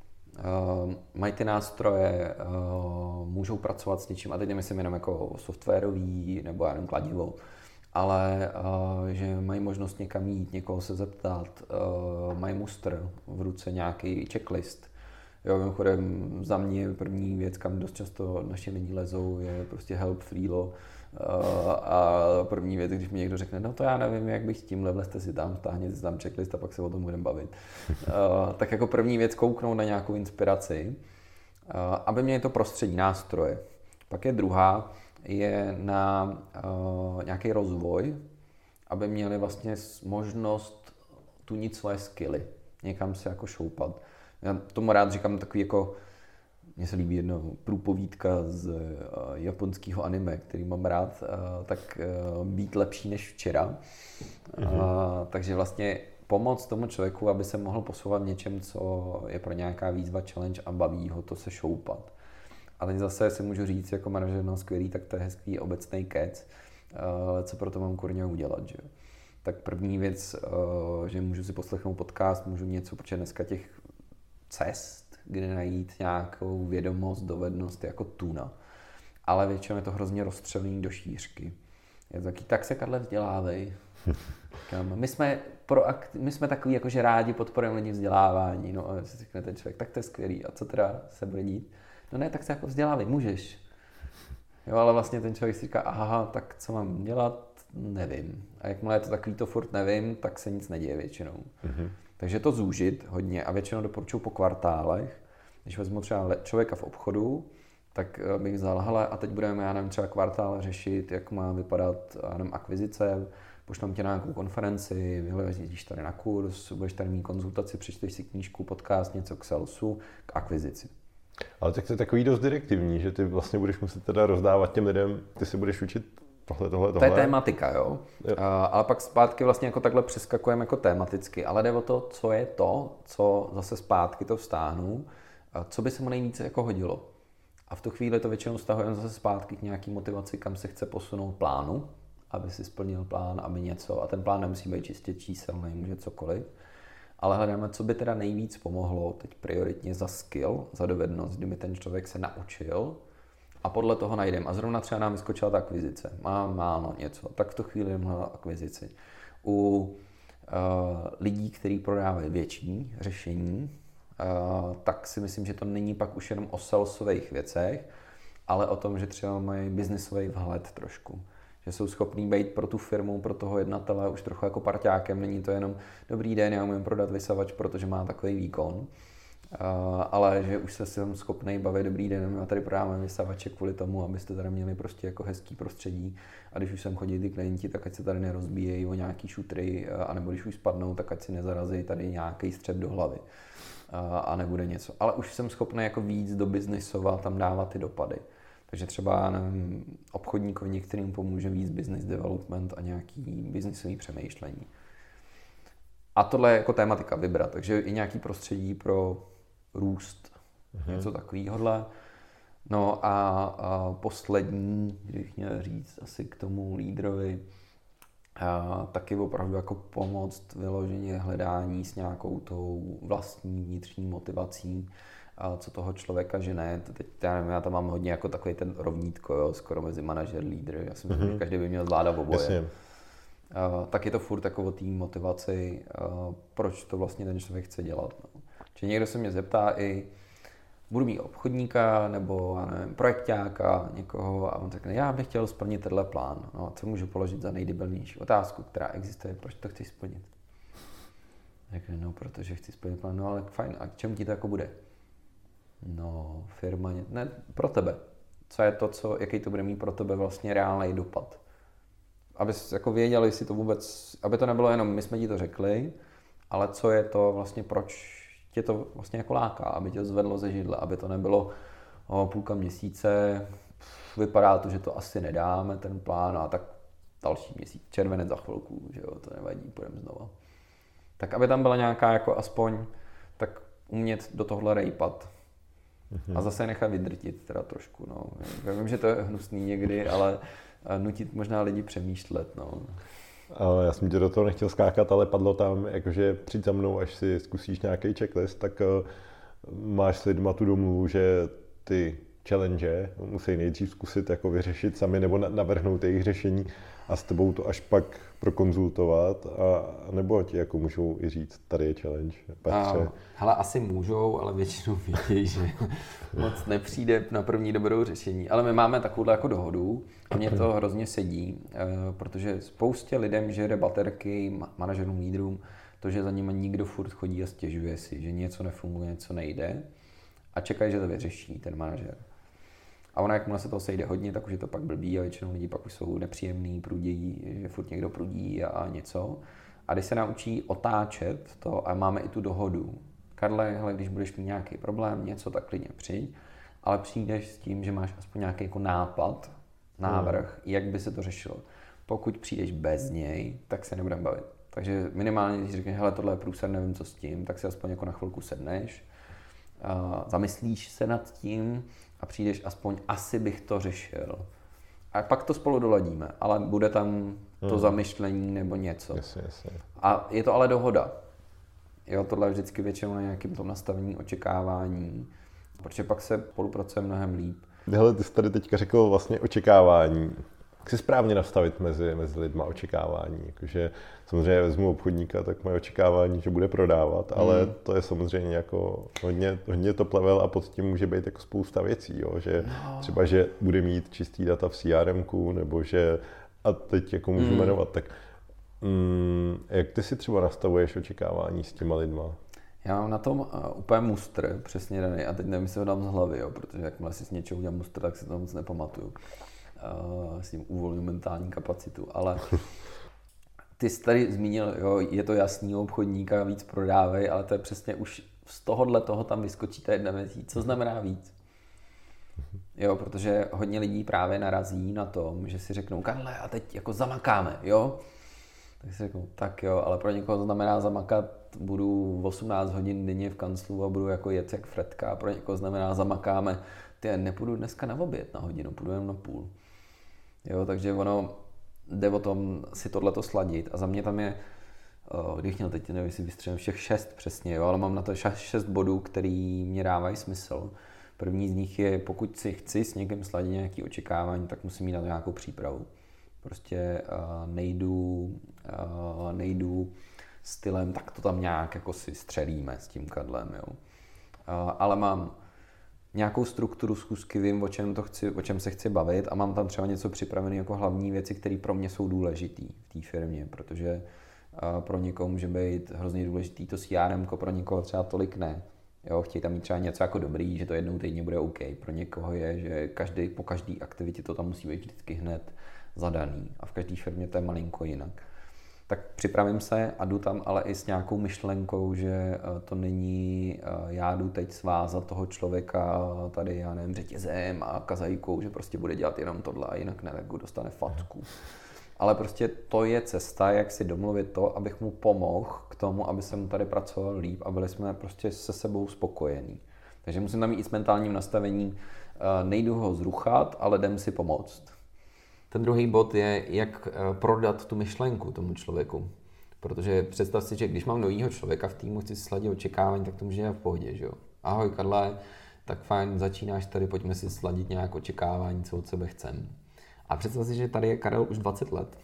Mají ty nástroje, můžou pracovat s něčím, a teď nemyslím jenom jako softwarový nebo jenom kladivo, ale že mají možnost někam jít, někoho se zeptat, mají mustr v ruce, nějaký checklist. Jo, mimochodem za mě první věc, kam dost často naši lidi lezou, je prostě help freelo. A první věc, když mi někdo řekne, no to já nevím, jak bych s tímhle, vlezte si tam, stáhněte si tam checklist a pak se o tom budeme bavit. Tak jako první věc kouknout na nějakou inspiraci, aby měli to prostředí, nástroje. Pak je druhá, je na nějaký rozvoj, aby měli vlastně možnost tunit svoje skilly, někam se jako šoupat. Já tomu rád říkám takový jako, mně se líbí jedna průpovídka z japonského anime, který mám rád, tak být lepší než včera. Takže vlastně pomoct tomu člověku, aby se mohl posouvat v něčem, co je pro nějaká výzva, challenge a baví ho to se šoupat. A teď zase si můžu říct jako manažer, no skvělý, tak to je hezký obecný kec, ale co pro to mám kurňa udělat, že jo. Tak první věc, že můžu si poslechnout podcast, můžu něco, protože dneska těch cest, kde najít nějakou vědomost, dovednost jako tuna. Ale většinou je to hrozně rozstřelený do šířky. Je to taky, tak se Karle vzdělávej. My jsme takový, jako, že rádi podporujeme lidi vzdělávání. No a si řekne ten člověk, tak to je skvělý. A co teda se bude dít? No ne, tak se jako vzdělávej, můžeš. Jo, ale vlastně ten člověk si říká, aha, tak co mám dělat? Nevím. A jakmile je to takový to furt nevím, tak se nic neděje většinou. Takže to zúžit hodně a většinou doporučuji po kvartálech. Když vezmu třeba člověka v obchodu, tak bych vzal, hele, a teď budeme, já nevím, třeba kvartál řešit, jak má vypadat, já nevím, akvizice, pošlem tě na nějakou konferenci, vyletíš tady na kurz, budeš tady mít konzultaci, přečteš si knížku, podcast, něco k salesu, k akvizici. Ale tak to je takový dost direktivní, že ty vlastně budeš muset teda rozdávat těm lidem, ty si budeš učit tohle. To je tématika, jo. Ale pak zpátky vlastně jako takhle přeskakujeme jako tematicky, ale jde o to, co zase zpátky to vztáhnu, co by se mu nejvíce jako hodilo. A v tu chvíli to většinou vztahujeme zase zpátky k nějaký motivaci, kam se chce posunout plánu, aby si splnil plán, aby něco, a ten plán nemusí být čistě číselný, může cokoliv. Ale hledáme, co by teda nejvíc pomohlo teď prioritně za skill, za dovednost, kdy mi ten člověk se naučil, a podle toho najdeme. A zrovna třeba nám vyskočila ta akvizice. Mám málo něco, tak v tu chvíli jdeme hledat akvizici. U lidí, kteří prodávají větší řešení, tak si myslím, že to není pak už jenom o salesových věcech, ale o tom, že třeba mají biznisový vhled trošku. Že jsou schopní být pro tu firmu, pro toho jednatele už trochu jako parťákem. Není to jenom dobrý den, já umím prodat vysavač, protože má takový výkon. Ale že už se jsem schopný bavit dobrý den, my tady prodáváme vysavače kvůli tomu, abyste tady měli prostě jako hezký prostředí, a když už sem chodí ty klienti, tak ať se tady nerozbíjejí o nějaký šutry, anebo když už spadnou, tak ať si nezarazí tady nějaký střep do hlavy a nebude něco. Ale už jsem schopný jako víc do biznisova tam dávat ty dopady. Takže třeba, nevím, obchodníkovi některým pomůže víc business development a nějaký biznisový přemýšlení. A tohle je jako tématika vybrat, takže i nějaký prostředí pro růst, něco takovýhodle. No a poslední, když měl říct asi k tomu lídrovi, taky opravdu jako pomoct vyloženě hledání s nějakou tou vlastní vnitřní motivací, co toho člověka žene. Teď já tam mám hodně jako takový ten rovnítko, jo, skoro mezi manažer, lídr. Já si myslím, že každý by měl zvládat oboje. Tak je to furt jako o té motivaci, proč to vlastně ten člověk chce dělat. No. Či někdo se mě zeptá i, budu mít obchodníka nebo já nevím, projekťáka, někoho, a on řekne, já bych chtěl splnit tenhle plán. No, co můžu položit za nejdebilnější otázku, která existuje, proč to chci splnit? Řekne, no, protože chci splnit plán, no ale fajn, a k čemu ti to jako bude? No, firma, ne, pro tebe. Co je to, jaký to bude mít pro tebe vlastně reálný dopad? Abys jako věděl, jestli to vůbec, aby to nebylo jenom my jsme ti to řekli, ale co je to vlastně, proč tě to vlastně jako láká, aby tě zvedlo ze židle, aby to nebylo půlka měsíce, vypadá to, že to asi nedáme, ten plán, a tak další měsíc, červenec za chvilku, že jo, to nevadí, půjdeme znova. Tak aby tam byla nějaká jako aspoň, tak umět do tohle rejpat. A zase nechat vydrtit teda trošku, no. Já vím, že to je hnusný někdy, ale nutit možná lidi přemýšlet, no. Já jsem tě do toho nechtěl skákat, ale padlo tam, jakože přijď za mnou, až si zkusíš nějaký checklist, tak máš s lidma tu domluvu, že ty challenge musí nejdřív zkusit jako vyřešit sami nebo navrhnout jejich řešení a s tebou to až pak prokonzultovat, a nebo ti jako můžou i říct, tady je challenge, Petře. Hele, asi můžou, ale většinou vědějí, že moc nepřijde na první dobrou řešení. Ale my máme takovou jako dohodu, mně to hrozně sedí, protože spoustě lidem žere baterky, manažerům, lídrům, to, že za nimi nikdo furt chodí a stěžuje si, že něco nefunguje, něco nejde, a čekají, že to vyřeší ten manažer. A ona, jakmile se toho sejde hodně, tak už je to pak blbý a většinou lidi pak už jsou nepříjemný, prudějí, že furt někdo prudí a něco. A když se naučí otáčet to, a máme i tu dohodu, Karle, hele, když budeš mít nějaký problém, něco, tak klidně přijď, ale přijdeš s tím, že máš aspoň nějaký jako nápad, návrh, jak by se to řešilo. Pokud přijdeš bez něj, tak se nebudeme bavit. Takže minimálně, když řekneš, hele, tohle je průser, nevím, co s tím, tak si aspoň jako na chvilku sedneš, zamyslíš se nad tím a přijdeš aspoň, asi bych to řešil. A pak to spolu doladíme, ale bude tam to zamyšlení nebo něco. Jasně. A je to ale dohoda. Jo, tohle je vždycky většinou na nějakém tom nastavení očekávání, protože pak se spolupracuje mnohem líp. Hele, ty jsi tady teďka řekl vlastně očekávání. Jak si správně nastavit mezi lidma očekávání? Jakože samozřejmě vezmu obchodníka, tak mají očekávání, že bude prodávat, ale to je samozřejmě jako hodně top level a pod tím může být jako spousta věcí, jo? Že třeba, že bude mít čistý data v CRM-ku, nebo že, a teď jako můžu jmenovat, tak jak ty si třeba nastavuješ očekávání s těma lidma? Já mám na tom úplně mustr přesně daný, a teď nevím, jestli ho dám z hlavy, jo, protože jakmile si s něčeho udělám mustr, tak si to moc nepamatuju. S tím uvolňuji mentální kapacitu, ale ty jsi tady zmínil, jo, je to jasný, obchodníka víc prodávej, ale to je přesně už z tohohle toho tam vyskočí ta jedna věc, co znamená víc. Jo, protože hodně lidí právě narazí na tom, že si řeknou, Karle, a teď jako zamakáme, jo? Tak si řeknou, tak jo, ale pro někoho to znamená zamakat, budu 18 hodin denně v kanclu a budu jako jet jak Fredka, a pro někoho znamená zamakáme, nepůjdu dneska na oběd na hodinu, půjdu jen na půl. Jo, takže ono jde o tom si tohleto sladit a za mě tam je, když měl teď, nevím, jestli vystřelím všech 6 přesně, jo, ale mám na to 6 bodů, který mě dávají smysl. První z nich je, pokud si chci s někým sladit nějaké očekávání, tak musím mít na to nějakou přípravu. Prostě nejdu stylem, tak to tam nějak jako si střelíme s tím kadlem, jo. Ale mám nějakou strukturu schůzky, vím, o čem se chci bavit a mám tam třeba něco připravené jako hlavní věci, které pro mě jsou důležitý v té firmě, protože pro někoho může být hrozně důležitý to CRM, pro někoho třeba tolik ne. Jo, chtějí tam mít třeba něco jako dobrý, že to jednou týdně bude OK. Pro někoho je, že po každé aktivitě to tam musí být vždycky hned zadaný a v každé firmě to je malinko jinak. Tak připravím se a jdu tam ale i s nějakou myšlenkou, že to není, já jdu teď svázat toho člověka tady, já nevím, řetězem a kazajkou, že prostě bude dělat jenom tohle a jinak ne, tak dostane facku. Ale prostě to je cesta, jak si domluvit to, abych mu pomohl k tomu, aby se mu tady pracoval líp a byli jsme prostě se sebou spokojení. Takže musím tam jít i s mentálním nastavením, nejdu ho zruchat, ale jdem si pomoct. Ten druhý bod je, jak prodat tu myšlenku tomu člověku. Protože představ si, že když mám novýho člověka v týmu, chci si sladit očekávání, tak to může dělat v pohodě, že jo? Ahoj Karle, tak fajn, začínáš tady, pojďme si sladit nějak očekávání, co od sebe chcem. A představ si, že tady je Karel už 20 let.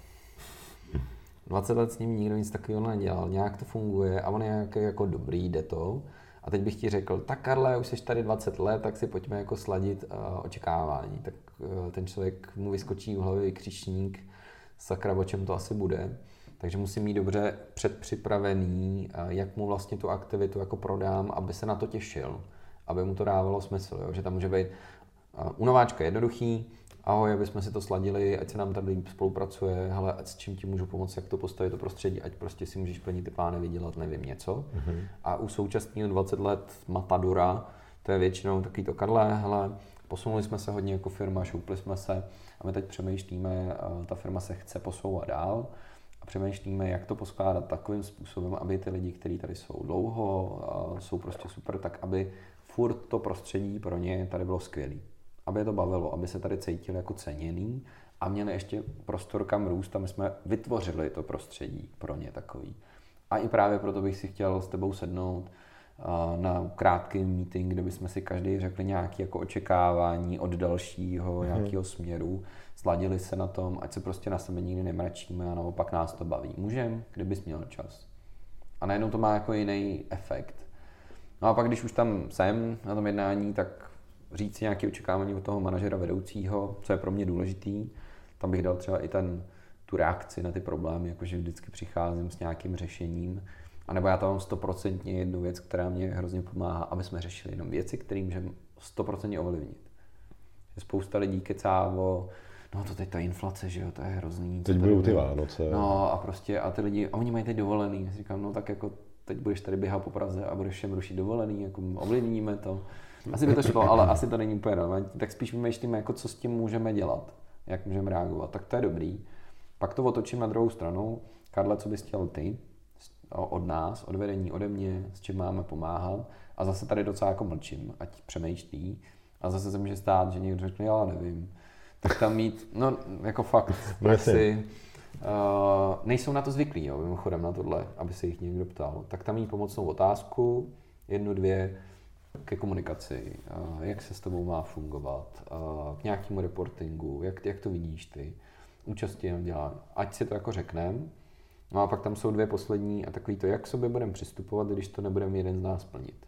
20 let s ním nikdo nic takového nedělal, nějak to funguje a on je nějaký jako dobrý, jde to. A teď bych ti řekl, tak Karle, už jsi tady 20 let, tak si pojďme jako sladit očekávání. Tak ten člověk mu vyskočí v hlavě křičník, sakra, o čem to asi bude. Takže musím mít dobře předpřipravený, jak mu vlastně tu aktivitu jako prodám, aby se na to těšil, aby mu to dávalo smysl. Jo? Že tam může být u nováčka jednoduchý, ahoj, aby jsme si to sladili, ať se nám tady spolupracuje, hele, ať s čím ti můžu pomoct, jak to postavit do prostředí, ať prostě si můžeš plnit ty plány, vydělat, nevím, něco. Mm-hmm. A u současného 20 let matadora, to je většinou takový to Karle, hele, posunuli jsme se hodně jako firma, šoupli jsme se a my teď přemýšlíme, ta firma se chce posouvat dál a přemýšlíme, jak to poskládat takovým způsobem, aby ty lidi, kteří tady jsou dlouho, jsou prostě super, tak aby furt to prostředí pro ně tady bylo skvělý. Aby je to bavilo, aby se tady cítili jako ceněný a měli ještě prostor kam růst a my jsme vytvořili to prostředí pro ně takový. A i právě proto bych si chtěl s tebou sednout na krátký meeting, kde bychom si každý řekli nějaké jako očekávání od dalšího nějakého směru, sladili se na tom, ať se prostě na sebe nikdy nemračíme a naopak nás to baví. Můžem, kdybys měl čas. A najednou to má jako jiný efekt. No a pak, když už tam jsem na tom jednání, tak říct si nějaké očekávání od toho manažera vedoucího, co je pro mě důležitý. Tam bych dal třeba i tu reakci na ty problémy, jakože vždycky přicházím s nějakým řešením. A nebo já tam mám 100% jednu věc, která mě hrozně pomáhá, aby jsme řešili jenom věci, které můžeme 100% ovlivnit. Spousta lidí kecá o, no to teď ta inflace, že jo, to je hrozný. Teď budou ty Vánoce. No a prostě, a ty lidi, a oni mají teď dovolený. Já si říkám, no tak jako teď budeš tady běhat po Praze a budeš všem rušit dovolený, jako ovlivníme to. Asi by to šlo, ale asi to není úplně relevantní. Tak spíš vymýšlíme, jako co s tím můžeme dělat, jak můžeme reagovat. Tak to je dobrý. Pak to otočím na druhou stranu. Karle, co bys chtěl ty od nás, od vedení, ode mě, s čím máme pomáhat. A zase tady docela jako mlčím, ať přemýšlí. A zase se může stát, že někdo řekne, já nevím. Tak tam mít, no jako fakt, praxi, nejsou na to zvyklí, jo, mimochodem na tohle, aby se jich někdo ptal. Tak tam mít pomocnou otázku, 1, 2, ke komunikaci, jak se s tebou má fungovat, k nějakému reportingu, jak to vidíš ty, účasti na dělání. Ať si to jako řekneme. No a pak tam jsou 2 poslední a takový to, jak k sobě budeme přistupovat, když to nebudeme jeden z nás plnit.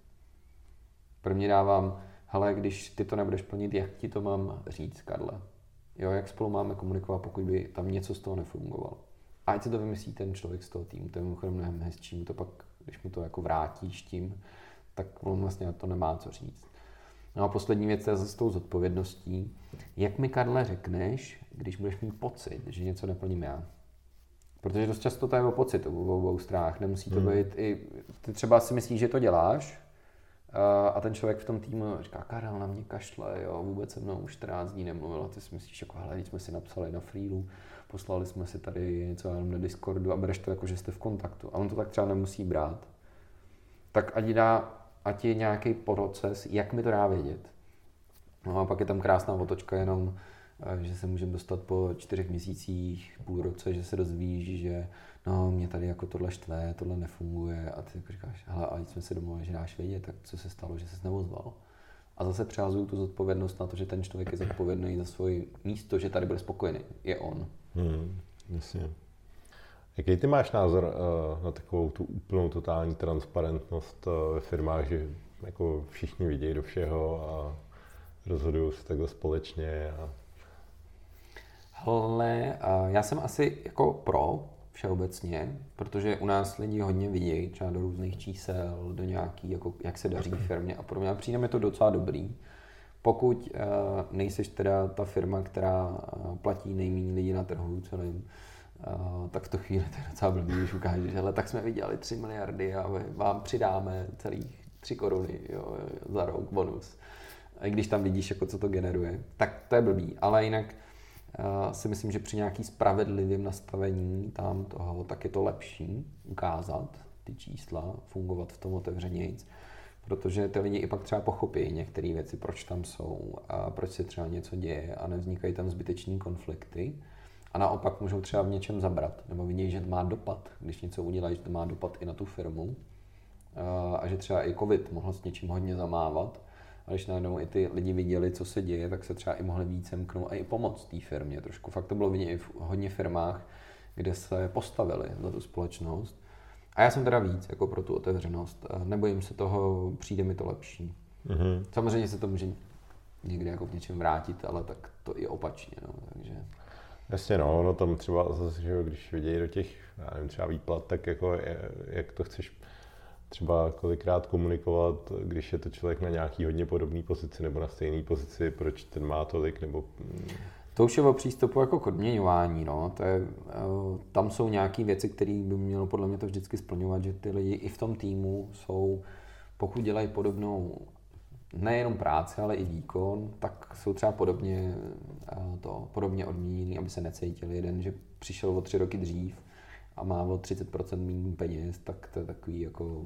První dávám, hele, když ty to nebudeš plnit, jak ti to mám říct, Karle? Jo, jak spolu máme komunikovat, pokud by tam něco z toho nefungovalo. A ať si to vymyslí ten člověk z toho týmu, to je mimochodem mnohem hezčí, mu to pak, když mu to jako vrátíš tím, tak on vlastně na to nemá co říct. No a poslední věc je zase s tou zodpovědností. Jak mi, Karle, řekneš, když budeš mít pocit, že něco neplním já? Protože dost často to je o pocit, o obou stranách. Nemusí to být i... Ty třeba si myslíš, že to děláš, A ten člověk v tom týmu říká, Karel na mě kašle, jo, vůbec se mnou už 14 dní nemluvil, a ty si myslíš, jako hele, jsme si napsali na Freelu, poslali jsme si tady něco jenom na Discordu a bereš to jako, že jste v kontaktu. A on to tak třeba nemusí brát. Tak ať je nějaký proces, jak mi to dá vědět. No a pak je tam krásná otočka jenom, že se můžeme dostat po 4 měsících, půl roce, že se dozvíš, že no, mě tady jako tohle štve, tohle nefunguje a ty jako říkáš, hele, a jsme se domluvili, že dáš vědět, tak co se stalo, že ses neozval. A zase přehazuju tu zodpovědnost na to, že ten člověk je zodpovědný za svoje místo, že tady bude spokojený. Je on. Jasně. Jaký ty máš názor na takovou tu úplnou totální transparentnost ve firmách, že jako všichni vidějí do všeho a rozhodují se takhle společně? Hele, já jsem asi jako pro všeobecně, protože u nás lidi hodně vidějí třeba do různých čísel, do nějaký, jako, jak se daří firmě a podobně. A přijde mi to docela dobrý. Pokud nejseš teda ta firma, která platí nejméně lidi na trhu celým, tak v tu chvíli to je docela blbý, když ukážeš, hele, tak jsme vydělali 3 miliardy a vám přidáme celých 3 koruny, jo, za rok bonus. A když tam vidíš, jako, co to generuje, tak to je blbý. Ale jinak si myslím, že při nějaký spravedlivém nastavení tam toho, tak je to lepší ukázat ty čísla, fungovat v tom otevřenějc, protože ty lidi i pak třeba pochopí některé věci, proč tam jsou a proč se třeba něco děje a nevznikají tam zbyteční konflikty. A naopak můžou třeba v něčem zabrat, nebo vidějí, že to má dopad, když něco udělají, že to má dopad i na tu firmu. A že třeba i covid mohl s něčím hodně zamávat. A když najednou i ty lidi viděli, co se děje, tak se třeba i mohli víc semknout a i pomoct té firmě trošku. Fakt to bylo vidět i v hodně firmách, kde se postavili za tu společnost. A já jsem teda víc jako pro tu otevřenost. Nebojím se toho, přijde mi to lepší. Mm-hmm. Samozřejmě se to může někdy jako k něčem vrátit, ale tak to i opačně. No, takže... Jasně, no tam třeba zase, že když vidějí do těch, já nevím, třeba výplat, tak jako jak to chceš třeba kolikrát komunikovat, když je to člověk na nějaký hodně podobné pozici nebo na stejné pozici, proč ten má tolik, nebo... To už je o přístupu jako k odměňování, no. Tam jsou nějaké věci, které by mělo podle mě to vždycky splňovat, že ty lidi i v tom týmu jsou, pokud dělají podobnou nejenom práci, ale i výkon, tak jsou třeba podobně odměněný, aby se necítili. Jeden, že přišel o 3 roky dřív a má o 30% méně peněz, tak to je takový jako...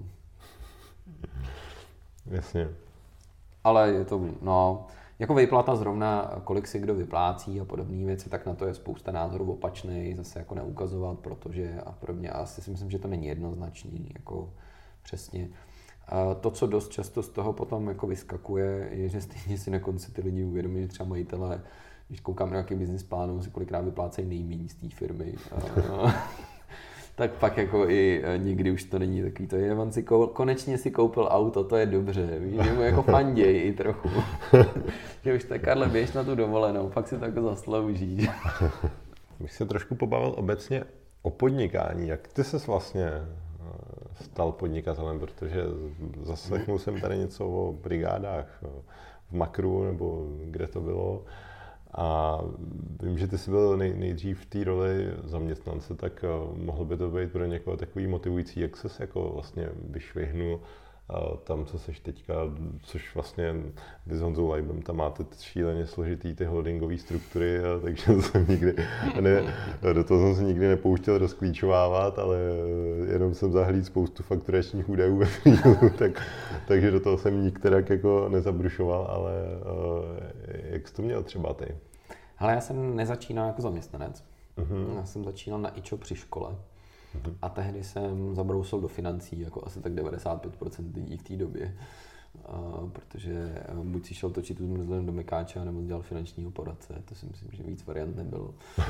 Jasně. Ale je to, no, jako výplata zrovna, kolik si kdo vyplácí a podobné věci, tak na to je spousta názorů opačných, zase jako neukazovat, protože a podobně. A asi si myslím, že to není jednoznačný, jako přesně. A to, co dost často z toho potom jako vyskakuje, je, že stejně si na konci ty lidi uvědomí, že třeba majitelé, když koukám na nějaký business plánu, si kolikrát vyplácejí nejméně z té firmy. Tak pak jako i někdy už to není takový to je, on si konečně si koupil auto, to je dobře, víš, že mu jako fanděj i trochu. Že už tak, Karle, běž na tu dovolenou, fakt si to jako zaslouží. Bych se trošku pobavil obecně o podnikání, jak ty ses vlastně stal podnikatelem, protože zaslechnul jsem tady něco o brigádách v Makru, nebo kde to bylo. A vím, že ty jsi byl nejdřív v té roli zaměstnance, tak mohlo by to být pro někoho takový motivující, jak ses jako vlastně vyšvihnul tam, co seš teďka, což vlastně vy s Honzou Leibem tam máte šíleně složitý ty holdingové struktury, takže do toho jsem se nikdy nepouštěl rozklíčovávat, ale jenom jsem zahlídl spoustu fakturačních údajů ve Freelu, takže do toho jsem nikterak jako nezabrušoval, ale jak jsi to měl třeba ty? Ale já jsem nezačínal jako zaměstnanec. Uh-huh. Já jsem začínal na IČO při škole. A tehdy jsem zabrousil do financí, jako asi tak 95% lidí v té době. Protože buď si šel točit tu zmrzlinu do mekáče, nebo dělal finančního poradce. To si myslím, že víc variant nebylo.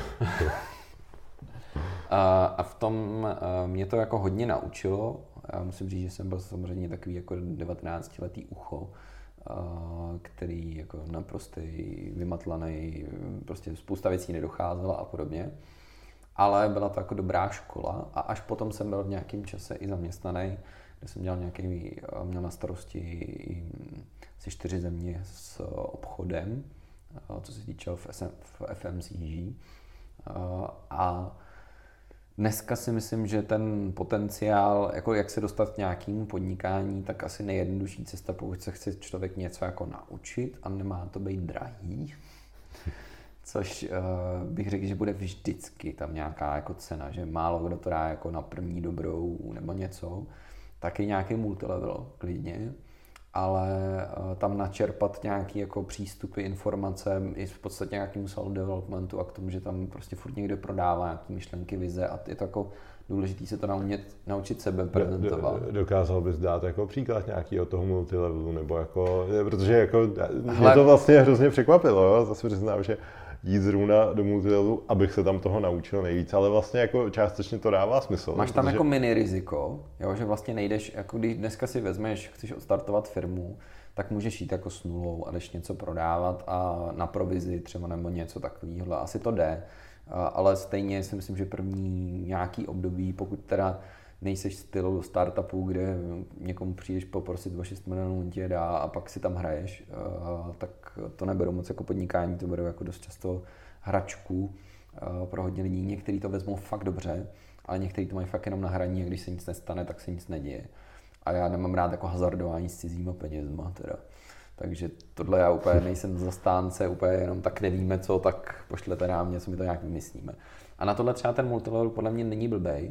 A v tom mě to jako hodně naučilo. Já musím říct, že jsem byl samozřejmě takový jako 19letý ucho, který jako naprostý, vymatlaný, prostě spousta věcí nedocházela a podobně. Ale byla to jako dobrá škola a až potom jsem byl v nějakém čase i zaměstnaný, kde jsem měl na starosti asi 4 země s obchodem, co se týče v FMCG. A Dneska si myslím, že ten potenciál, jako jak se dostat k nějakému podnikání, tak asi nejjednodušší cesta, pokud se chce člověk něco jako naučit a nemá to být drahý, což bych řekl, že bude vždycky tam nějaká jako cena, že málo kdo to dá jako na první dobrou nebo něco, tak je nějaký multilevel klidně, ale tam načerpat nějaký jako přístupy, informace i v podstatě nějakému self-developmentu a k tomu, že tam prostě furt někdo prodává nějaký myšlenky, vize a je to jako důležitý se to naučit sebe prezentovat. Dokázal bys dát jako příklad nějakého toho multilevelu, nebo jako, protože jako mě to vlastně hrozně překvapilo, jo? Zase přiznám, že jít zrovna do multilevelu, abych se tam toho naučil nejvíc, ale vlastně jako částečně to dává smysl. Máš tam jako mini riziko, jo? Že vlastně nejdeš, jako když dneska si vezmeš, chceš odstartovat firmu, tak můžeš jít jako s nulou a jdeš něco prodávat a na provizi třeba nebo něco takového, asi to jde, ale stejně si myslím, že první nějaký období, pokud teda nejseš stylu startupů, kde někomu přijdeš poprosit o 6 milionů, on ti je dá a pak si tam hraješ, tak to neberou moc jako podnikání, to berou jako dost často hračku pro hodně lidí. Někteří to vezmou fakt dobře, ale někteří to mají fakt jenom na hraní a když se nic nestane, tak se nic neděje. A já nemám rád jako hazardování s cizíma penězma teda. Takže tohle já úplně nejsem zastánce, úplně jenom tak nevíme co, tak pošlete nám něco, my to nějak vymyslíme. A na tohle třeba ten multilevel podle mě není blbej.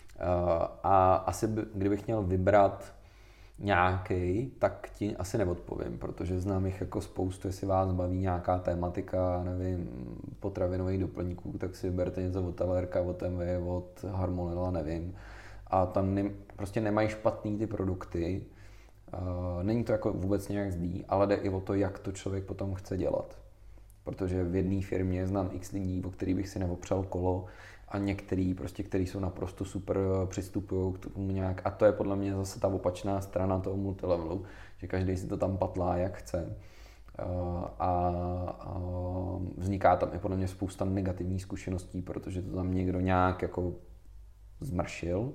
A asi kdybych měl vybrat nějaký, tak ti asi neodpovím, protože znám jich jako spoustu, jestli vás baví nějaká tématika, nevím, potravinových doplňků, tak si vyberte něco od Talerka, od MV, od Harmonella, nevím. A tam prostě nemají špatný ty produkty, není to jako vůbec nějak zlý, ale jde i o to, jak to člověk potom chce dělat. Protože v jedné firmě znám x lidí, o kterých bych si neopřel kolo, a některý, prostě, který jsou naprosto super, přistupují k tomu nějak. A to je podle mě zase ta opačná strana toho multilevelu, že každý si to tam patlá, jak chce. A vzniká tam i podle mě spousta negativních zkušeností, protože to tam někdo nějak jako zmršil,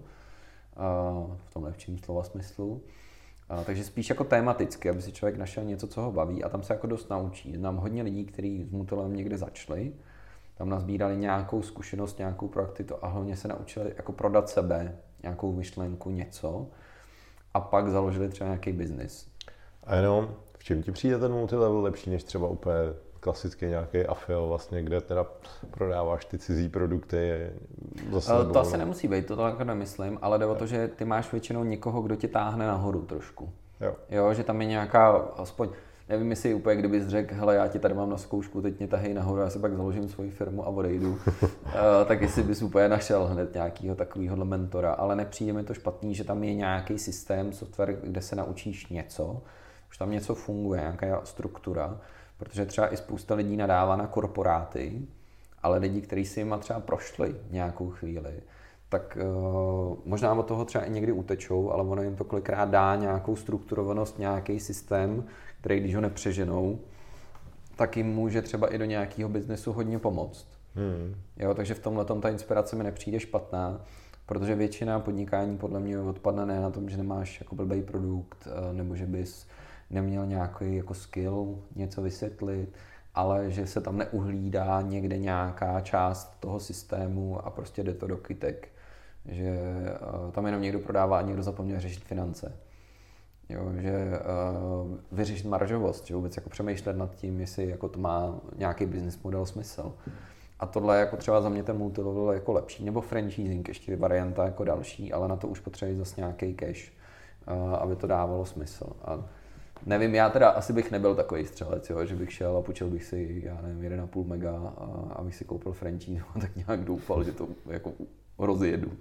v tom lepším slova smyslu. Takže spíš jako tematicky, aby si člověk našel něco, co ho baví a tam se jako dost naučí. Znám hodně lidí, kteří s multilevelem někde začali, tam nazbírali nějakou zkušenost, nějakou proaktivitu a hlavně se naučili jako prodat sebe, nějakou myšlenku, něco a pak založili třeba nějaký biznis. A jenom, v čem ti přijde ten multilevel lepší než třeba úplně klasický nějaký afil, vlastně, kde teda prodáváš ty cizí produkty? Zase to asi nemusí být, to tak nemyslím, ale jde o to, že ty máš většinou někoho, kdo tě táhne nahoru trošku. Jo, že tam je nějaká, aspoň nevím, jestli úplně kdybys řekl, hele, já ti tady mám na zkoušku, teď mě tahej nahoru, já si pak založím svoji firmu a odejdu, tak jestli bys úplně našel hned nějakého takového mentora, ale nepřijde mi to špatný, že tam je nějaký systém, software, kde se naučíš něco, už tam něco funguje, nějaká struktura, protože třeba i spousta lidí nadává na korporáty, ale lidi, kteří si jima třeba prošli nějakou chvíli, tak možná od toho třeba i někdy utečou, ale ono jim to kolikrát dá nějakou strukturovanost, nějaký systém, který když ho nepřeženou, tak jim může třeba i do nějakého biznesu hodně pomoct. Jo, takže v tomhletom ta inspirace mi nepřijde špatná, protože většina podnikání podle mě odpadne ne na tom, že nemáš jako blbý produkt, nebo že bys neměl nějaký jako skill něco vysvětlit, ale že se tam neuhlídá někde nějaká část toho systému a prostě jde to do kytek. Že tam jenom někdo prodává a někdo zapomněl řešit finance. Jo, že vyřešit maržovost, že vůbec jako přemýšlet nad tím, jestli jako to má nějaký business model smysl. A tohle je jako třeba za mě ten multilevel jako lepší, nebo franchising, ještě varianta jako další, ale na to už potřebuje zase nějaký cash, aby to dávalo smysl. A nevím, já teda asi bych nebyl takový střelec, jo, že bych šel a půjčil bych si, já nevím, 1,5 mega a abych si koupil franchise, tak nějak doufal, že to jako rozjedu.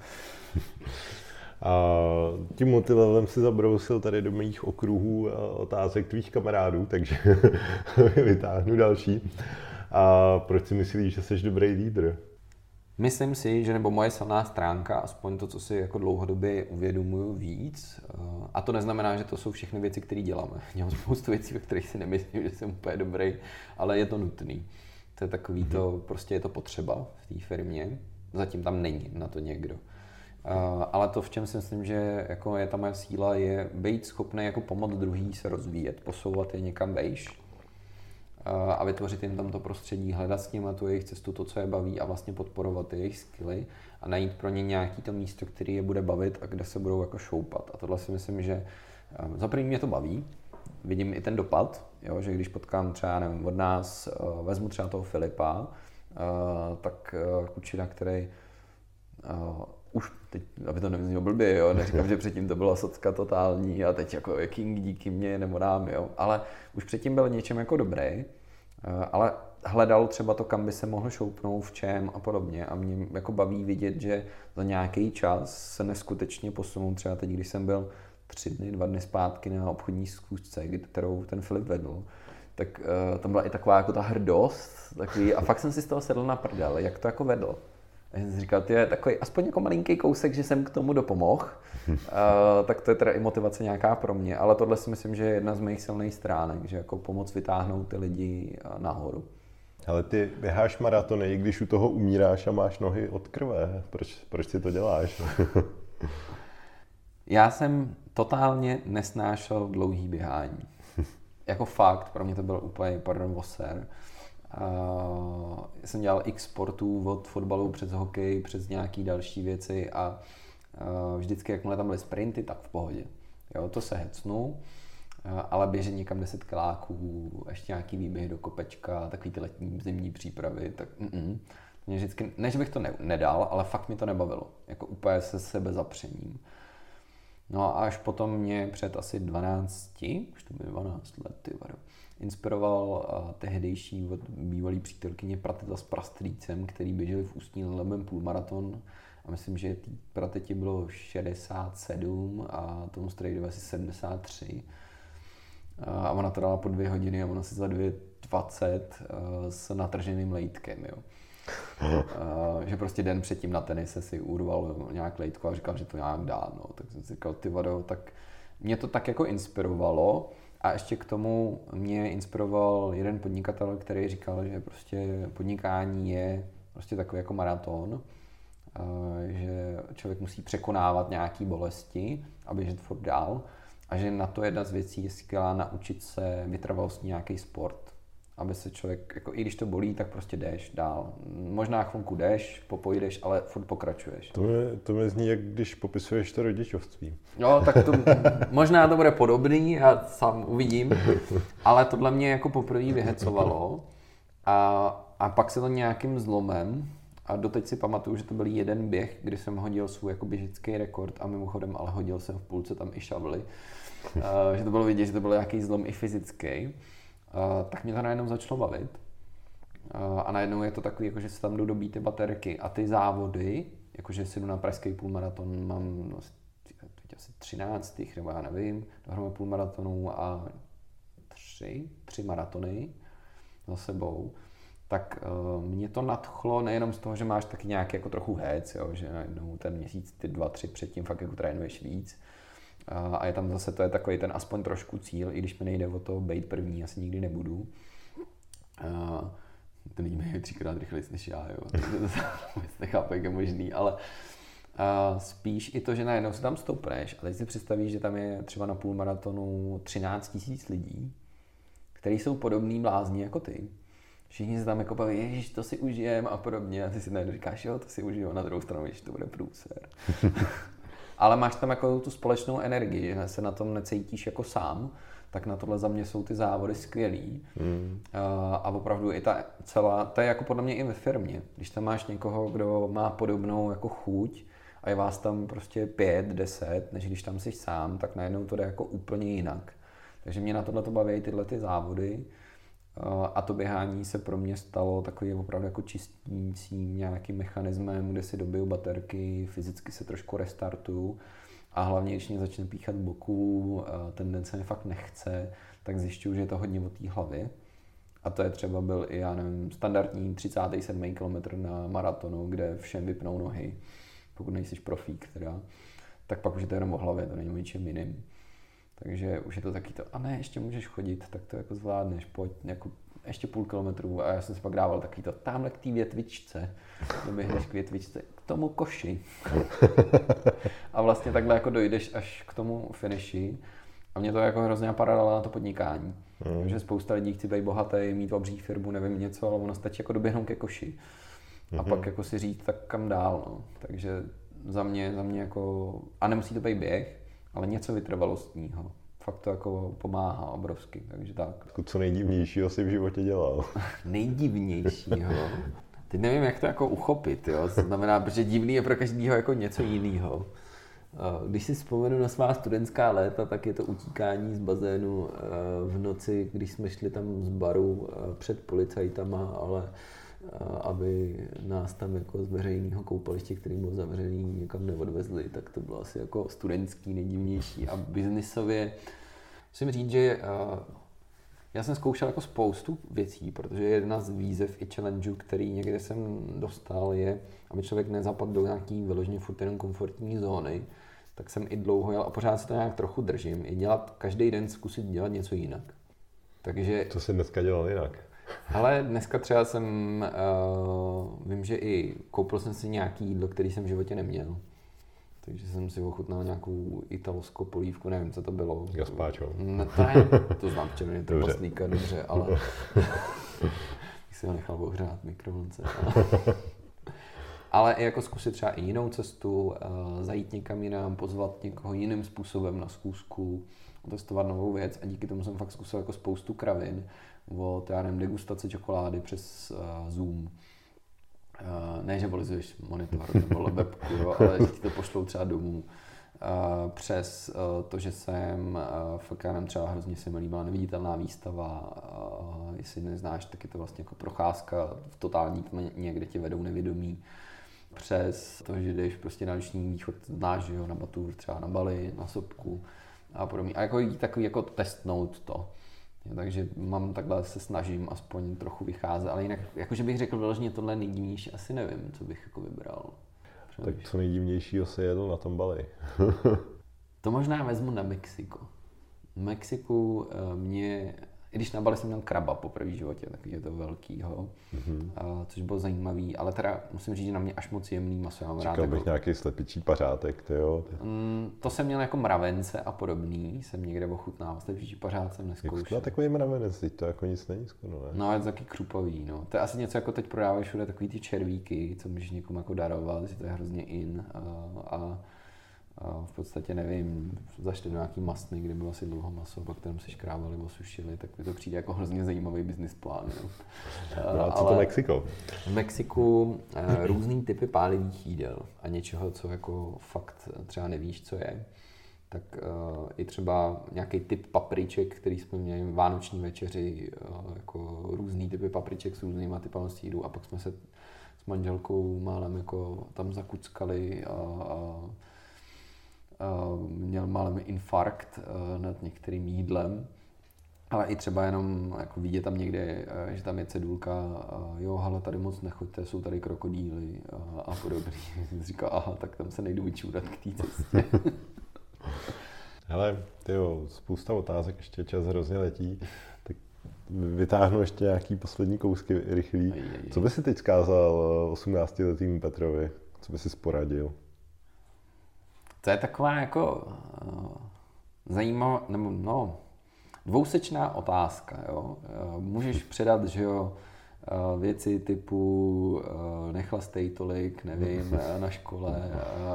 A tím multilevelem si zabrousil tady do mých okruhů otázek tvých kamarádů, takže vytáhnu další. A proč si myslíš, že jsi dobrý lídr? Myslím si, že nebo moje silná stránka, aspoň to, co si jako dlouhodobě uvědomuju víc, a to neznamená, že to jsou všechny věci, které děláme. Dělám spoustu věcí, ve kterých si nemyslím, že jsem úplně dobrý, ale je to nutný. To je takový to, prostě je to potřeba v té firmě, zatím tam není na to někdo. Ale to, v čem si myslím, že jako je ta moje síla, je být schopný jako pomoct druhý se rozvíjet, posouvat je někam vejš. a vytvořit jim tam to prostředí, hledat s nimi tu jejich cestu, to, co je baví a vlastně podporovat ty jejich skilly a najít pro ně nějaký to místo, který je bude bavit a kde se budou jako šoupat. A tohle si myslím, že za první mě to baví, vidím i ten dopad, jo, že když potkám třeba, nevím, od nás, vezmu třeba toho Filipa, tak klučina, který už teď, aby to nevyznělo blbě, jo, neříkám, že předtím to byla socka totální a teď jako king díky mně nebo nám, jo, ale už předtím byl něčem jako dobrý, ale hledal třeba to, kam by se mohl šoupnout, v čem a podobně a mě jako baví vidět, že za nějaký čas se neskutečně posunul, třeba teď, když jsem byl 2 dny zpátky na obchodní schůzce, kterou ten Filip vedl, tak tam byla i taková jako ta hrdost, takový, a fakt jsem si z toho sedl na prdel, jak to jako vedl. A jsem si říkal, ty je takový aspoň jako malinký kousek, že jsem k tomu dopomohl, tak to je teda i motivace nějaká pro mě, ale tohle si myslím, že je jedna z mých silných stránek, že jako pomoc vytáhnout ty lidi nahoru. Ale ty běháš maratony, i když u toho umíráš a máš nohy od krve, proč si to děláš? Já jsem totálně nesnášel dlouhý běhání. Jako fakt, pro mě to byl úplně voser. Já jsem dělal x sportů, od fotbalu přes hokej, přes nějaký další věci a vždycky, jakmile tam byly sprinty, tak v pohodě. Jo, to se hecnu, ale běžet někam 10 kiláků, ještě nějaký výběh do kopečka, takový ty letní zimní přípravy, tak mě vždycky, ne, že bych to nedal, ale fakt mi to nebavilo, jako úplně se sebe zapřením. No a až potom mě před asi 12, už to bylo 12 let, ty vado, inspiroval tehdejší od bývalý přítelkyně Prateta s Prastrýcem, který běželi v Ústí nad Labem půlmaraton a myslím, že té Prateti bylo 67 a tomu Strejdové asi 73 a ona to dala po 2 hodiny a ona si za 2:20 s natrženým lejtkem, jo. Že prostě den předtím na tenise si urval nějak lejtko a říkal, že to nějak dá, no. Tak jsem si říkal, ty vado, tak mě to tak jako inspirovalo a ještě k tomu mě inspiroval jeden podnikatel, který říkal, že prostě podnikání je prostě takový jako maraton, že člověk musí překonávat nějaké bolesti a běžet furt dál a že na to jedna z věcí je skvělá naučit se vytrvalostní nějaký sport. Aby se člověk, jako i když to bolí, tak prostě jdeš dál. Možná chvilku jdeš, popojdeš, ale furt pokračuješ. To mi zní, jak když popisuješ to rodičovství. No, tak to možná to bude podobný, já sám uvidím, ale tohle mě jako poprvé vyhecovalo a pak se to nějakým zlomem a doteď si pamatuju, že to byl jeden běh, kdy jsem hodil svůj jako běžický rekord a mimochodem, ale hodil jsem v půlce tam i šavly, že to bylo vidět, že to byl nějaký zlom i fyzický. Tak mě to najednou začalo bavit. A najednou je to takový, jako že se tam jdou dobít ty baterky a ty závody, jakože si jdu na pražský půlmaraton, mám teď asi 13, nebo já nevím, dohromady půlmaratonů a 3 maratony za sebou, tak mě to nadchlo nejenom z toho, že máš taky nějaký jako trochu hec, jo, že najednou ten měsíc, ty 2-3 předtím fakt jako trénuješ víc. A je tam zase, to je takový ten aspoň trošku cíl, i když mi nejde o to být první, asi nikdy nebudu. Ten lidi mě 3krát rychleji než já, jo. To nechápu, jak je možný, ale spíš i to, že najednou se tam stoupneš a teď si představíš, že tam je třeba na půlmaratonu 13 000 lidí, kteří jsou podobný blázni jako ty. Všichni se tam jako baví, ježiš, to si užijem a podobně. A ty si najednou říkáš, jo, to si užiju, na druhou stranu, ježiš, to bude průser. Ale máš tam jako tu společnou energii, že se na tom necítíš jako sám, tak na tohle za mě jsou ty závody skvělý. A opravdu i ta celá, to je jako podle mě i ve firmě. Když tam máš někoho, kdo má podobnou jako chuť a je vás tam prostě 5, 10, než když tam jsi sám, tak najednou to jde jako úplně jinak. Takže mě na tohle to baví tyhle ty závody. A to běhání se pro mě stalo takovým opravdu jako čistícím nějakým mechanismem, kde si dobiju baterky, fyzicky se trošku restartuju a hlavně, když mě začne píchat boku, ten den se mi fakt nechce, tak zjišťuju, že je to hodně o té hlavě. A to je třeba byl i, já nevím, standardní 37. kilometr na maratonu, kde všem vypnou nohy, pokud nejsiš profík teda, tak pak už je to jenom o hlavě, to není o ničem jiným. Takže už je to taky to, a ne, ještě můžeš chodit, tak to jako zvládneš, pojď jako ještě půl kilometru a já jsem si pak dával takový to, tamhle k té větvičce, doběhneš k větvičce, k tomu koši. A vlastně takhle jako dojdeš až k tomu finiši A mě to jako hrozně napadalo na to podnikání. Takže spousta lidí chce být bohatý, mít obří firmu, nevím něco, ale ono stačí jako doběhnout ke koši. A pak jako si říct, tak kam dál, no. Takže za mě jako, a nemusí to být běh, ale něco vytrvalostního. Fakt to jako pomáhá obrovsky, takže tak. Co nejdivnějšího si v životě dělal? Nejdivnějšího? Teď nevím, jak to jako uchopit, jo? To znamená, protože divný je pro každýho jako něco jiného. Když si vzpomenu na svá studentská léta, tak je to utíkání z bazénu v noci, když jsme šli tam z baru před policajtama, ale aby nás tam jako z veřejného koupaliště, který byl zavřený, někam neodvezli, tak to bylo asi jako studentský nejdivnější. A biznisově musím říct, že já jsem zkoušel jako spoustu věcí, protože jedna z výzev i challengeů, který někde jsem dostal, je, aby člověk nezapadl do nějaký vyloženě furt jenom komfortní zóny, tak jsem i dlouho jel a pořád se to nějak trochu držím, i dělat každý den zkusit dělat něco jinak. Takže... Co jsi dneska dělal jinak? Ale dneska třeba vím, že i koupil jsem si nějaký jídlo, který jsem v životě neměl. Takže jsem si ochutnal nějakou italskou polívku, nevím, co to bylo. Gazpacho. To znám červený trpaslíka, dobře, ale bych si ho nechal ohřát v mikrovlnce. Ale i jako zkusit třeba i jinou cestu, zajít někam jinam, pozvat někoho jiným způsobem na schůzku, testovat novou věc a díky tomu jsem fakt zkusil jako spoustu kravin, od, já nevím, degustace čokolády přes Zoom. Ne, že volizuješ monitor nebo webku, jo, ale že ti to pošlou třeba domů. Přes to, že jsem, fakt já nevím, třeba hrozně se mi líbila Neviditelná výstava, jestli neznáš, tak je to vlastně jako procházka v totální tmě, kde tě vedou nevědomí. Přes to, že jdeš prostě na noční východ, znáš, jo, na Batur, třeba na Bali, na Sopku a podobně. A jako jít takový jako testnout to. Takže takhle se snažím aspoň trochu vycházet, ale jinak, jakože bych řekl vyloženě tohle nejdivnější, asi nevím, co bych jako vybral. Tak co nejdivnějšího se jedl na tom Bali? To možná vezmu na Mexiko. V Mexiku i když na Bali jsem měl kraba poprvé v životě, takový je to velkýho, což bylo zajímavý, ale teda musím říct, že na mě až moc jemný maso. Já mám Čekal bych nějaký slepičí pařátek, tyjo. To jsem měl jako mravence a podobný, jsem někde ochutnával, slepičí pařát jsem neskoušel. Jak takový mravenec, teď to jako nic není skoro, ne? No, je to taky křupový, no. To je asi něco, jako teď prodávají všude takový ty červíky, co můžeš někomu jako darovat, že to je hrozně in a v podstatě nevím, zašli do nějaký masny, kde bylo asi dlouho maso, pak tam se škrábali, osušili, tak mi to přijde jako hrozně zajímavý business plán. No a co to Mexiko? V Mexiku různý typy pálivých jídel a něčeho, co jako fakt třeba nevíš, co je. Tak i třeba nějaký typ papriček, který jsme měli v vánoční večeři, jako různý typy papriček s různýma typama sýrů a pak jsme se s manželkou málem jako tam zakuckali a měl málem infarkt nad některým jídlem, ale i třeba jenom jako vidět tam někde, že tam je cedulka, jo, hele, tady moc nechoďte, jsou tady krokodýly a podobně. Říká, aha, tak tam se nejdu vyčůrat k té cestě. Hele, tyjo, spousta otázek, ještě čas hrozně letí, tak vytáhnu ještě nějaký poslední kousky rychlý. Co by si teď vzkázal 18letým Petrovi? Co by si poradil? To je taková jako zajímavá, nebo no, dvousečná otázka, jo. Můžeš předat, že jo, věci typu nechlastej tolik, nevím, na škole,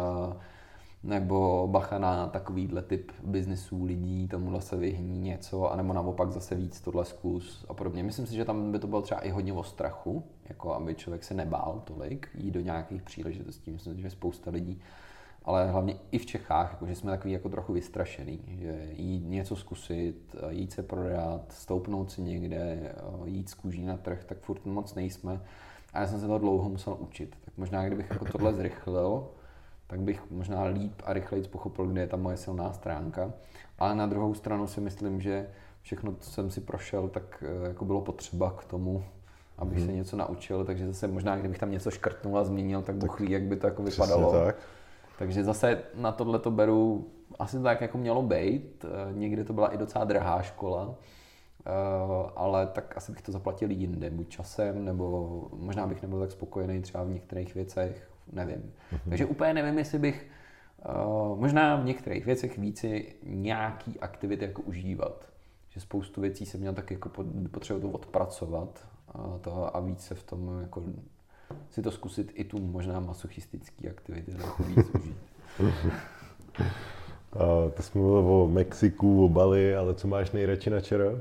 nebo bacha na takovýhle typ biznesů lidí, tomuhle se vyhní něco, anebo naopak zase víc tohle zkus a podobně. Myslím si, že tam by to bylo třeba i hodně o strachu, jako aby člověk se nebál tolik jít do nějakých příležitostí. Myslím si, že spousta lidí, ale hlavně i v Čechách, jako, že jsme takový jako trochu vystrašený, že jít něco zkusit, jít se prodat, stoupnout si někde, jít z kůží na trh, tak furt moc nejsme. A já jsem se to dlouho musel učit. Tak možná, kdybych jako tohle zrychlil, tak bych možná líp a rychleji pochopil, kde je ta moje silná stránka. Ale na druhou stranu si myslím, že všechno, co jsem si prošel, tak jako bylo potřeba k tomu, abych se něco naučil. Takže zase možná, kdybych tam něco škrtnul a změnil, tak Bůh ví, jak by to jako vypadalo. Tak. Takže zase na tohle to beru, asi to tak jako mělo být. Někde to byla i docela drahá škola, ale tak asi bych to zaplatil jinde, buď časem, nebo možná bych nebyl tak spokojený třeba v některých věcech, nevím. Takže úplně nevím, jestli bych možná v některých věcech více nějaký aktivity jako užívat. Že spoustu věcí jsem měl tak jako potřebu to odpracovat a víc se v tom jako si to zkusit i tu možná masochistický aktivity jako víc užít. Ty jsi mluvil o Mexiku, o Bali, ale co máš nejradši na ČR?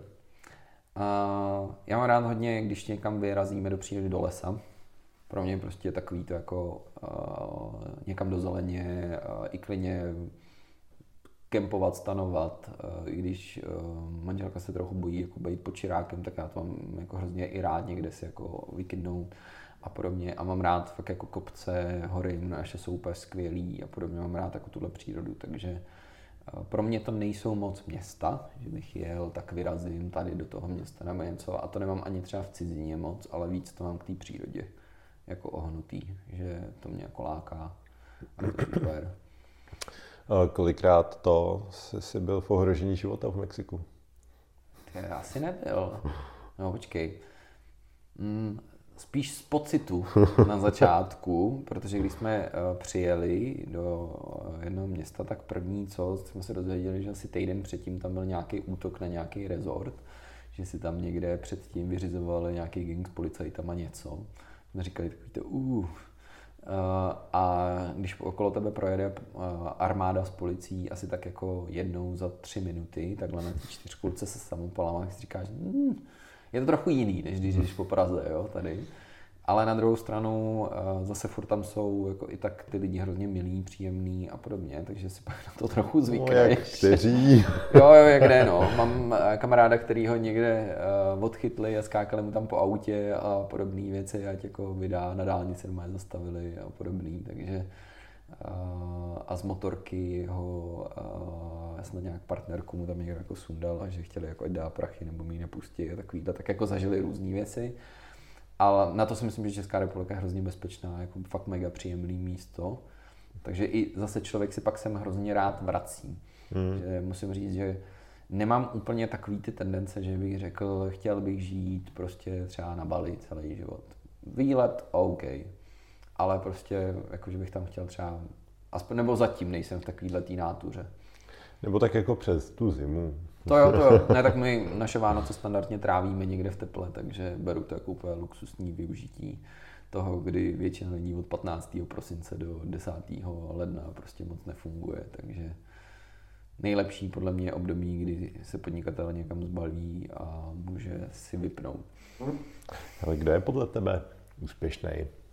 Já mám rád hodně, když někam vyrazíme do přírody, do lesa. Pro mě prostě je takový to jako někam do zeleně, i klidně kempovat, stanovat. I když manželka se trochu bojí jako být pod čirákem, tak já to mám jako hrozně i rád někde si jako vykydnout a podobně. A mám rád fakt jako kopce, hory, naše jsou úplně skvělý a podobně. Mám rád jako tuhle přírodu, takže pro mě to nejsou moc města, že bych jel, tak vyrazím tady do toho města nebo něco. A to nemám ani třeba v cizině moc, ale víc to mám k té přírodě jako ohnutý, že to mě jako láká a je to super. Kolikrát to jsi byl v ohrožení života v Mexiku? Já asi nebyl. No počkej. Spíš z pocitu na začátku, protože když jsme přijeli do jednoho města, tak první, co jsme se dozvěděli, že asi týden předtím tam byl nějaký útok na nějaký resort, že si tam někde předtím vyřizovali nějaký gang s policajtama něco. Jsme říkali takový to a když okolo tebe projede armáda s policií asi tak jako jednou za 3 minuty, takhle na té 4 se samopalama, tak si říkáš, je to trochu jiný, než když jdeš po Praze, jo, tady. Ale na druhou stranu zase furt tam jsou jako i tak ty lidi hrozně milí, příjemný a podobně, takže si pak na to trochu zvykneš. No, jak kteří. Jo, jak ne, no. Mám kamaráda, který ho někde odchytli a skákali mu tam po autě a podobné věci, ať jako vydá na dálnici, normálně zastavili a podobný, takže a z motorky jeho snad nějak partnerku mu tam někdo jako sundal a že chtěli jako ať dá prachy nebo mi ji nepustí a takovýhle, tak jako zažili různé věci. Ale na to si myslím, že Česká republika je hrozně bezpečná, jako fakt mega příjemný místo. Takže i zase člověk si pak sem hrozně rád vrací. Že musím říct, že nemám úplně takový ty tendence, že bych řekl, chtěl bych žít prostě třeba na Bali celý život. Výlet, OK. Ale prostě, jako, že bych tam chtěl třeba, aspoň, nebo zatím nejsem v takovýhletý nátuře. Nebo tak jako přes tu zimu. To jo. Ne, tak my naše Vánoce standardně trávíme někde v teple, takže beru to jako úplně luxusní využití toho, kdy většina lidí od 15. prosince do 10. ledna prostě moc nefunguje, takže nejlepší podle mě je období, kdy se podnikatel někam zbalí a může si vypnout. Ale kdo je podle tebe úspěšný?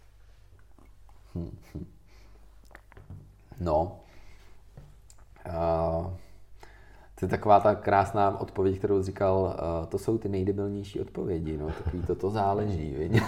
No, to je taková ta krásná odpověď, kterou říkal, to jsou ty nejdebilnější odpovědi, no, takový to záleží, viď?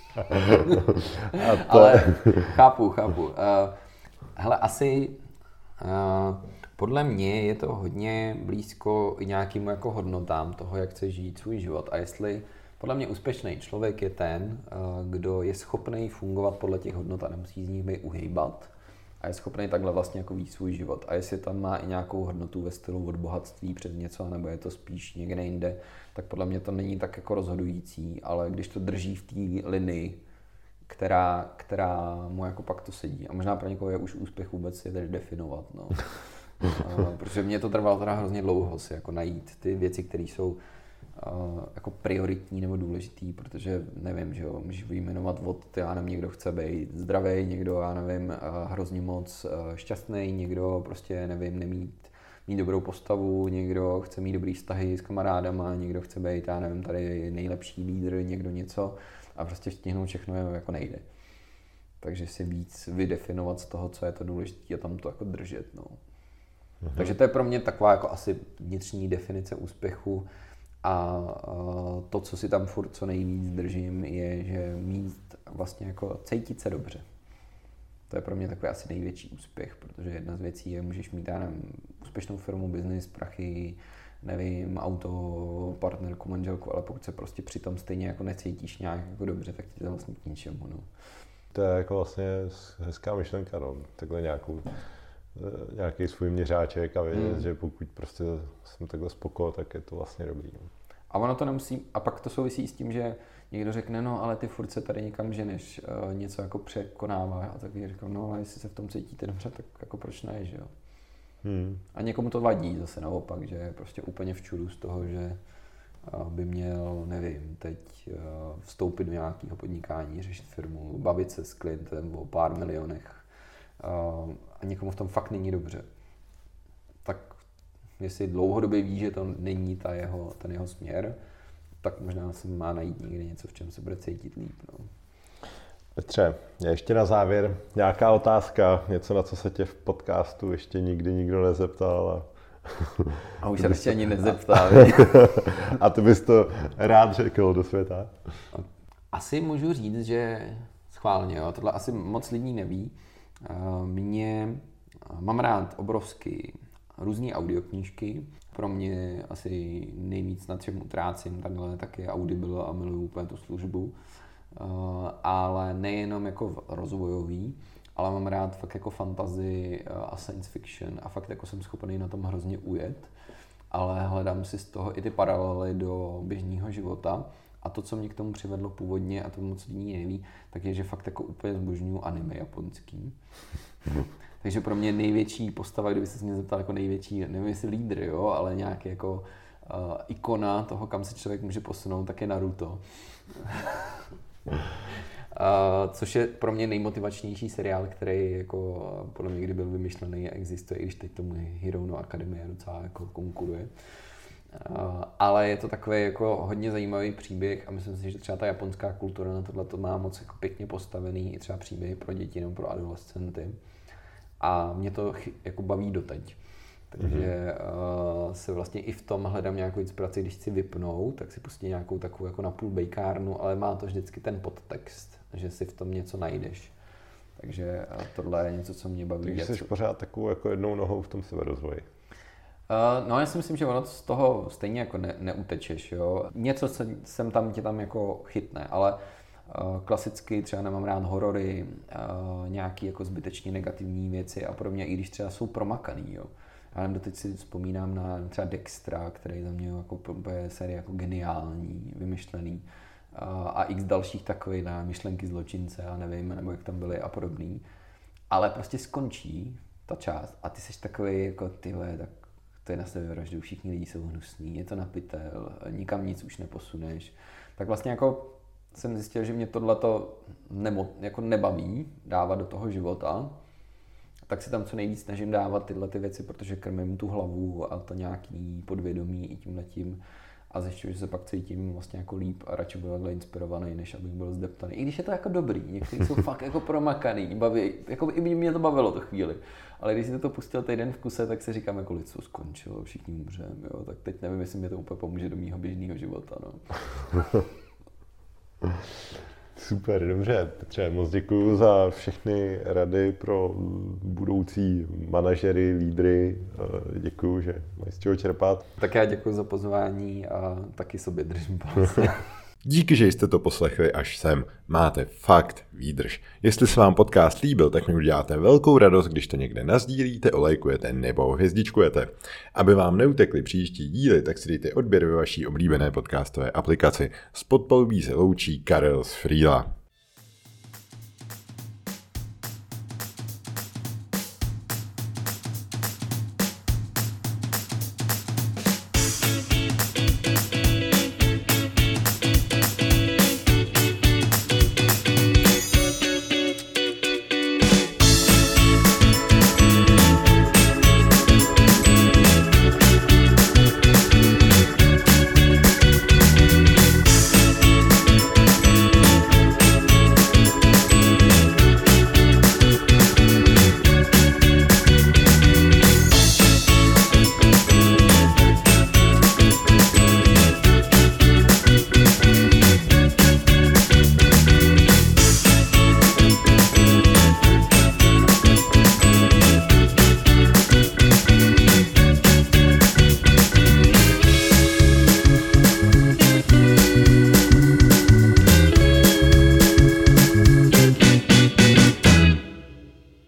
Ale chápu. Hele, asi podle mě je to hodně blízko i nějakému jako hodnotám toho, jak chce žít svůj život. A jestli podle mě úspěšný člověk je ten, kdo je schopný fungovat podle těch hodnot a nemusí z nich být uhejbat a je schopný takhle vlastně jako víc svůj život. A jestli tam má i nějakou hodnotu ve stylu od bohatství před něco, nebo je to spíš někde jinde, tak podle mě to není tak jako rozhodující, ale když to drží v té linii, která mu jako pak to sedí. A možná pro někoho je už úspěch vůbec je tedy definovat, no. Protože mě to trvalo teda hrozně dlouho si jako najít ty věci, které jsou jako prioritní nebo důležitý, protože nevím, že jo, můžeš vyjmenovat já nevím, někdo chce být zdravý, někdo, já nevím, hrozně moc šťastný, někdo prostě, nevím, mít dobrou postavu, někdo chce mít dobrý vztahy s kamarádama, někdo chce být, já nevím, tady nejlepší lídr, někdo něco a prostě stihnout všechno jako nejde. Takže si víc vydefinovat z toho, co je to důležité a tam to jako držet, no. Takže to je pro mě taková jako asi vnitřní definice úspěchu. A to, co si tam furt co nejvíc držím, je, že mít vlastně jako cítit se dobře. To je pro mě takový asi největší úspěch, protože jedna z věcí je, můžeš mít, já nevím, úspěšnou firmu, biznis, prachy, nevím, auto, partnerku, manželku, ale pokud se prostě přitom stejně jako necítíš nějak jako dobře, tak ti to vlastně k ničemu, no. To je jako vlastně hezká myšlenka, no. Takhle nějaký svůj měřáček a vědět, že pokud prostě jsem takhle spoko, tak je to vlastně dobrý. No. A ono to nemusí, a pak to souvisí s tím, že někdo řekne, no ale ty furt se tady někam ženeš, něco jako překonává. A tak říkám, no ale jestli se v tom cítíte dobře, tak jako proč ne, že jo. A někomu to vadí zase naopak, že je prostě úplně v čudu z toho, že by měl, nevím, teď vstoupit do nějakého podnikání, řešit firmu, bavit se s klientem o pár milionech a někomu v tom fakt není dobře. Tak jestli dlouhodobě ví, že to není ten jeho směr, tak možná se má najít někde něco, v čem se bude cítit líp. No. Petře, ještě na závěr nějaká otázka, něco, na co se tě v podcastu ještě nikdy nikdo nezeptal. A už se ještě ani nezeptal. A ty bys to rád řekl do světa? Asi můžu říct, že schválně, jo, tohle asi moc lidí neví. Mám rád obrovsky různé audioknížky. Pro mě asi nejvíc nad čem utrácím takhle taky Audible a miluju úplně tu službu. Ale nejenom jako rozvojový, ale mám rád fakt jako fantasy a science fiction a fakt jako jsem schopný na tom hrozně ujet, ale hledám si z toho i ty paralely do běžného života a to, co mě k tomu přivedlo původně a to moc lidí neví, tak je, že fakt jako úplně zbožňuju anime japonský. Takže pro mě největší postava, kdyby se mě zeptal jako největší, nevím jestli lídr, jo, ale nějaký jako ikona toho, kam se člověk může posunout, tak je Naruto. Což je pro mě nejmotivačnější seriál, který jako podle mě kdy byl vymyšlený a existuje, i když teď tomu Hero no Academia docela jako konkuruje. Ale je to takový jako hodně zajímavý příběh a myslím si, že třeba ta japonská kultura na tohle to má moc jako pěkně postavený, i třeba příběhy pro děti nebo pro adolescenty. A mě to jako baví doteď. Takže se vlastně i v tom hledám nějakou inspiraci, když chci vypnout, tak si pustím nějakou takovou jako napůl bejkárnu, ale má to vždycky ten podtext, že si v tom něco najdeš. Takže tohle je něco, co mě baví. Takže jsi pořád takovou jako jednou nohou v tom seberozvoji. No já si myslím, že ono z toho stejně jako neutečeš, jo. Něco sem tam tě tam jako chytne, ale klasicky třeba nemám rád horory, nějaký jako zbytečně negativní věci a podobně, i když třeba jsou promakaný, jo. Já nevím, doteď si vzpomínám na třeba Dextra, který za mě jako je série jako geniální, vymyšlený. A x dalších takových na myšlenky zločince a nevím, nebo jak tam byly a podobný. Ale prostě skončí ta část a ty seš takový jako tyhle, tak to je na sebevraždu, všichni lidi jsou hnusný, je to na pytel, nikam nic už neposuneš. Tak vlastně jako jsem zjistil, že mě tohleto jako nebaví dávat do toho života. Tak si tam co nejvíc snažím dávat tyhle ty věci, protože krmím tu hlavu a to nějaký podvědomí i tímhletím a zjišťuji, že se pak cítím vlastně jako líp a radši byl takhle inspirovaný, než abych byl zdeptaný. I když je to jako dobrý, někteří jsou fakt jako promakaný, jako i mě to bavilo to chvíli. Ale když jsi to pustil týden v kuse, tak si říkám, jako lidstvo skončilo, všichni umřeme, jo, tak teď nevím, jestli mě to úplně pomůže do mýho běžného života, no. Super, dobře. Petře, moc děkuju za všechny rady pro budoucí manažery, lídry. Děkuju, že mají z čeho čerpat. Tak já děkuju za pozvání a taky sobě držím palce. Díky, že jste to poslechli až sem. Máte fakt výdrž. Jestli se vám podcast líbil, tak mi uděláte velkou radost, když to někde nasdílíte, olejkujete nebo hvězdičkujete. Aby vám neutekly příští díly, tak si dejte odběr ve vaší oblíbené podcastové aplikaci. Z podpalubí se loučí Karel z Frýla.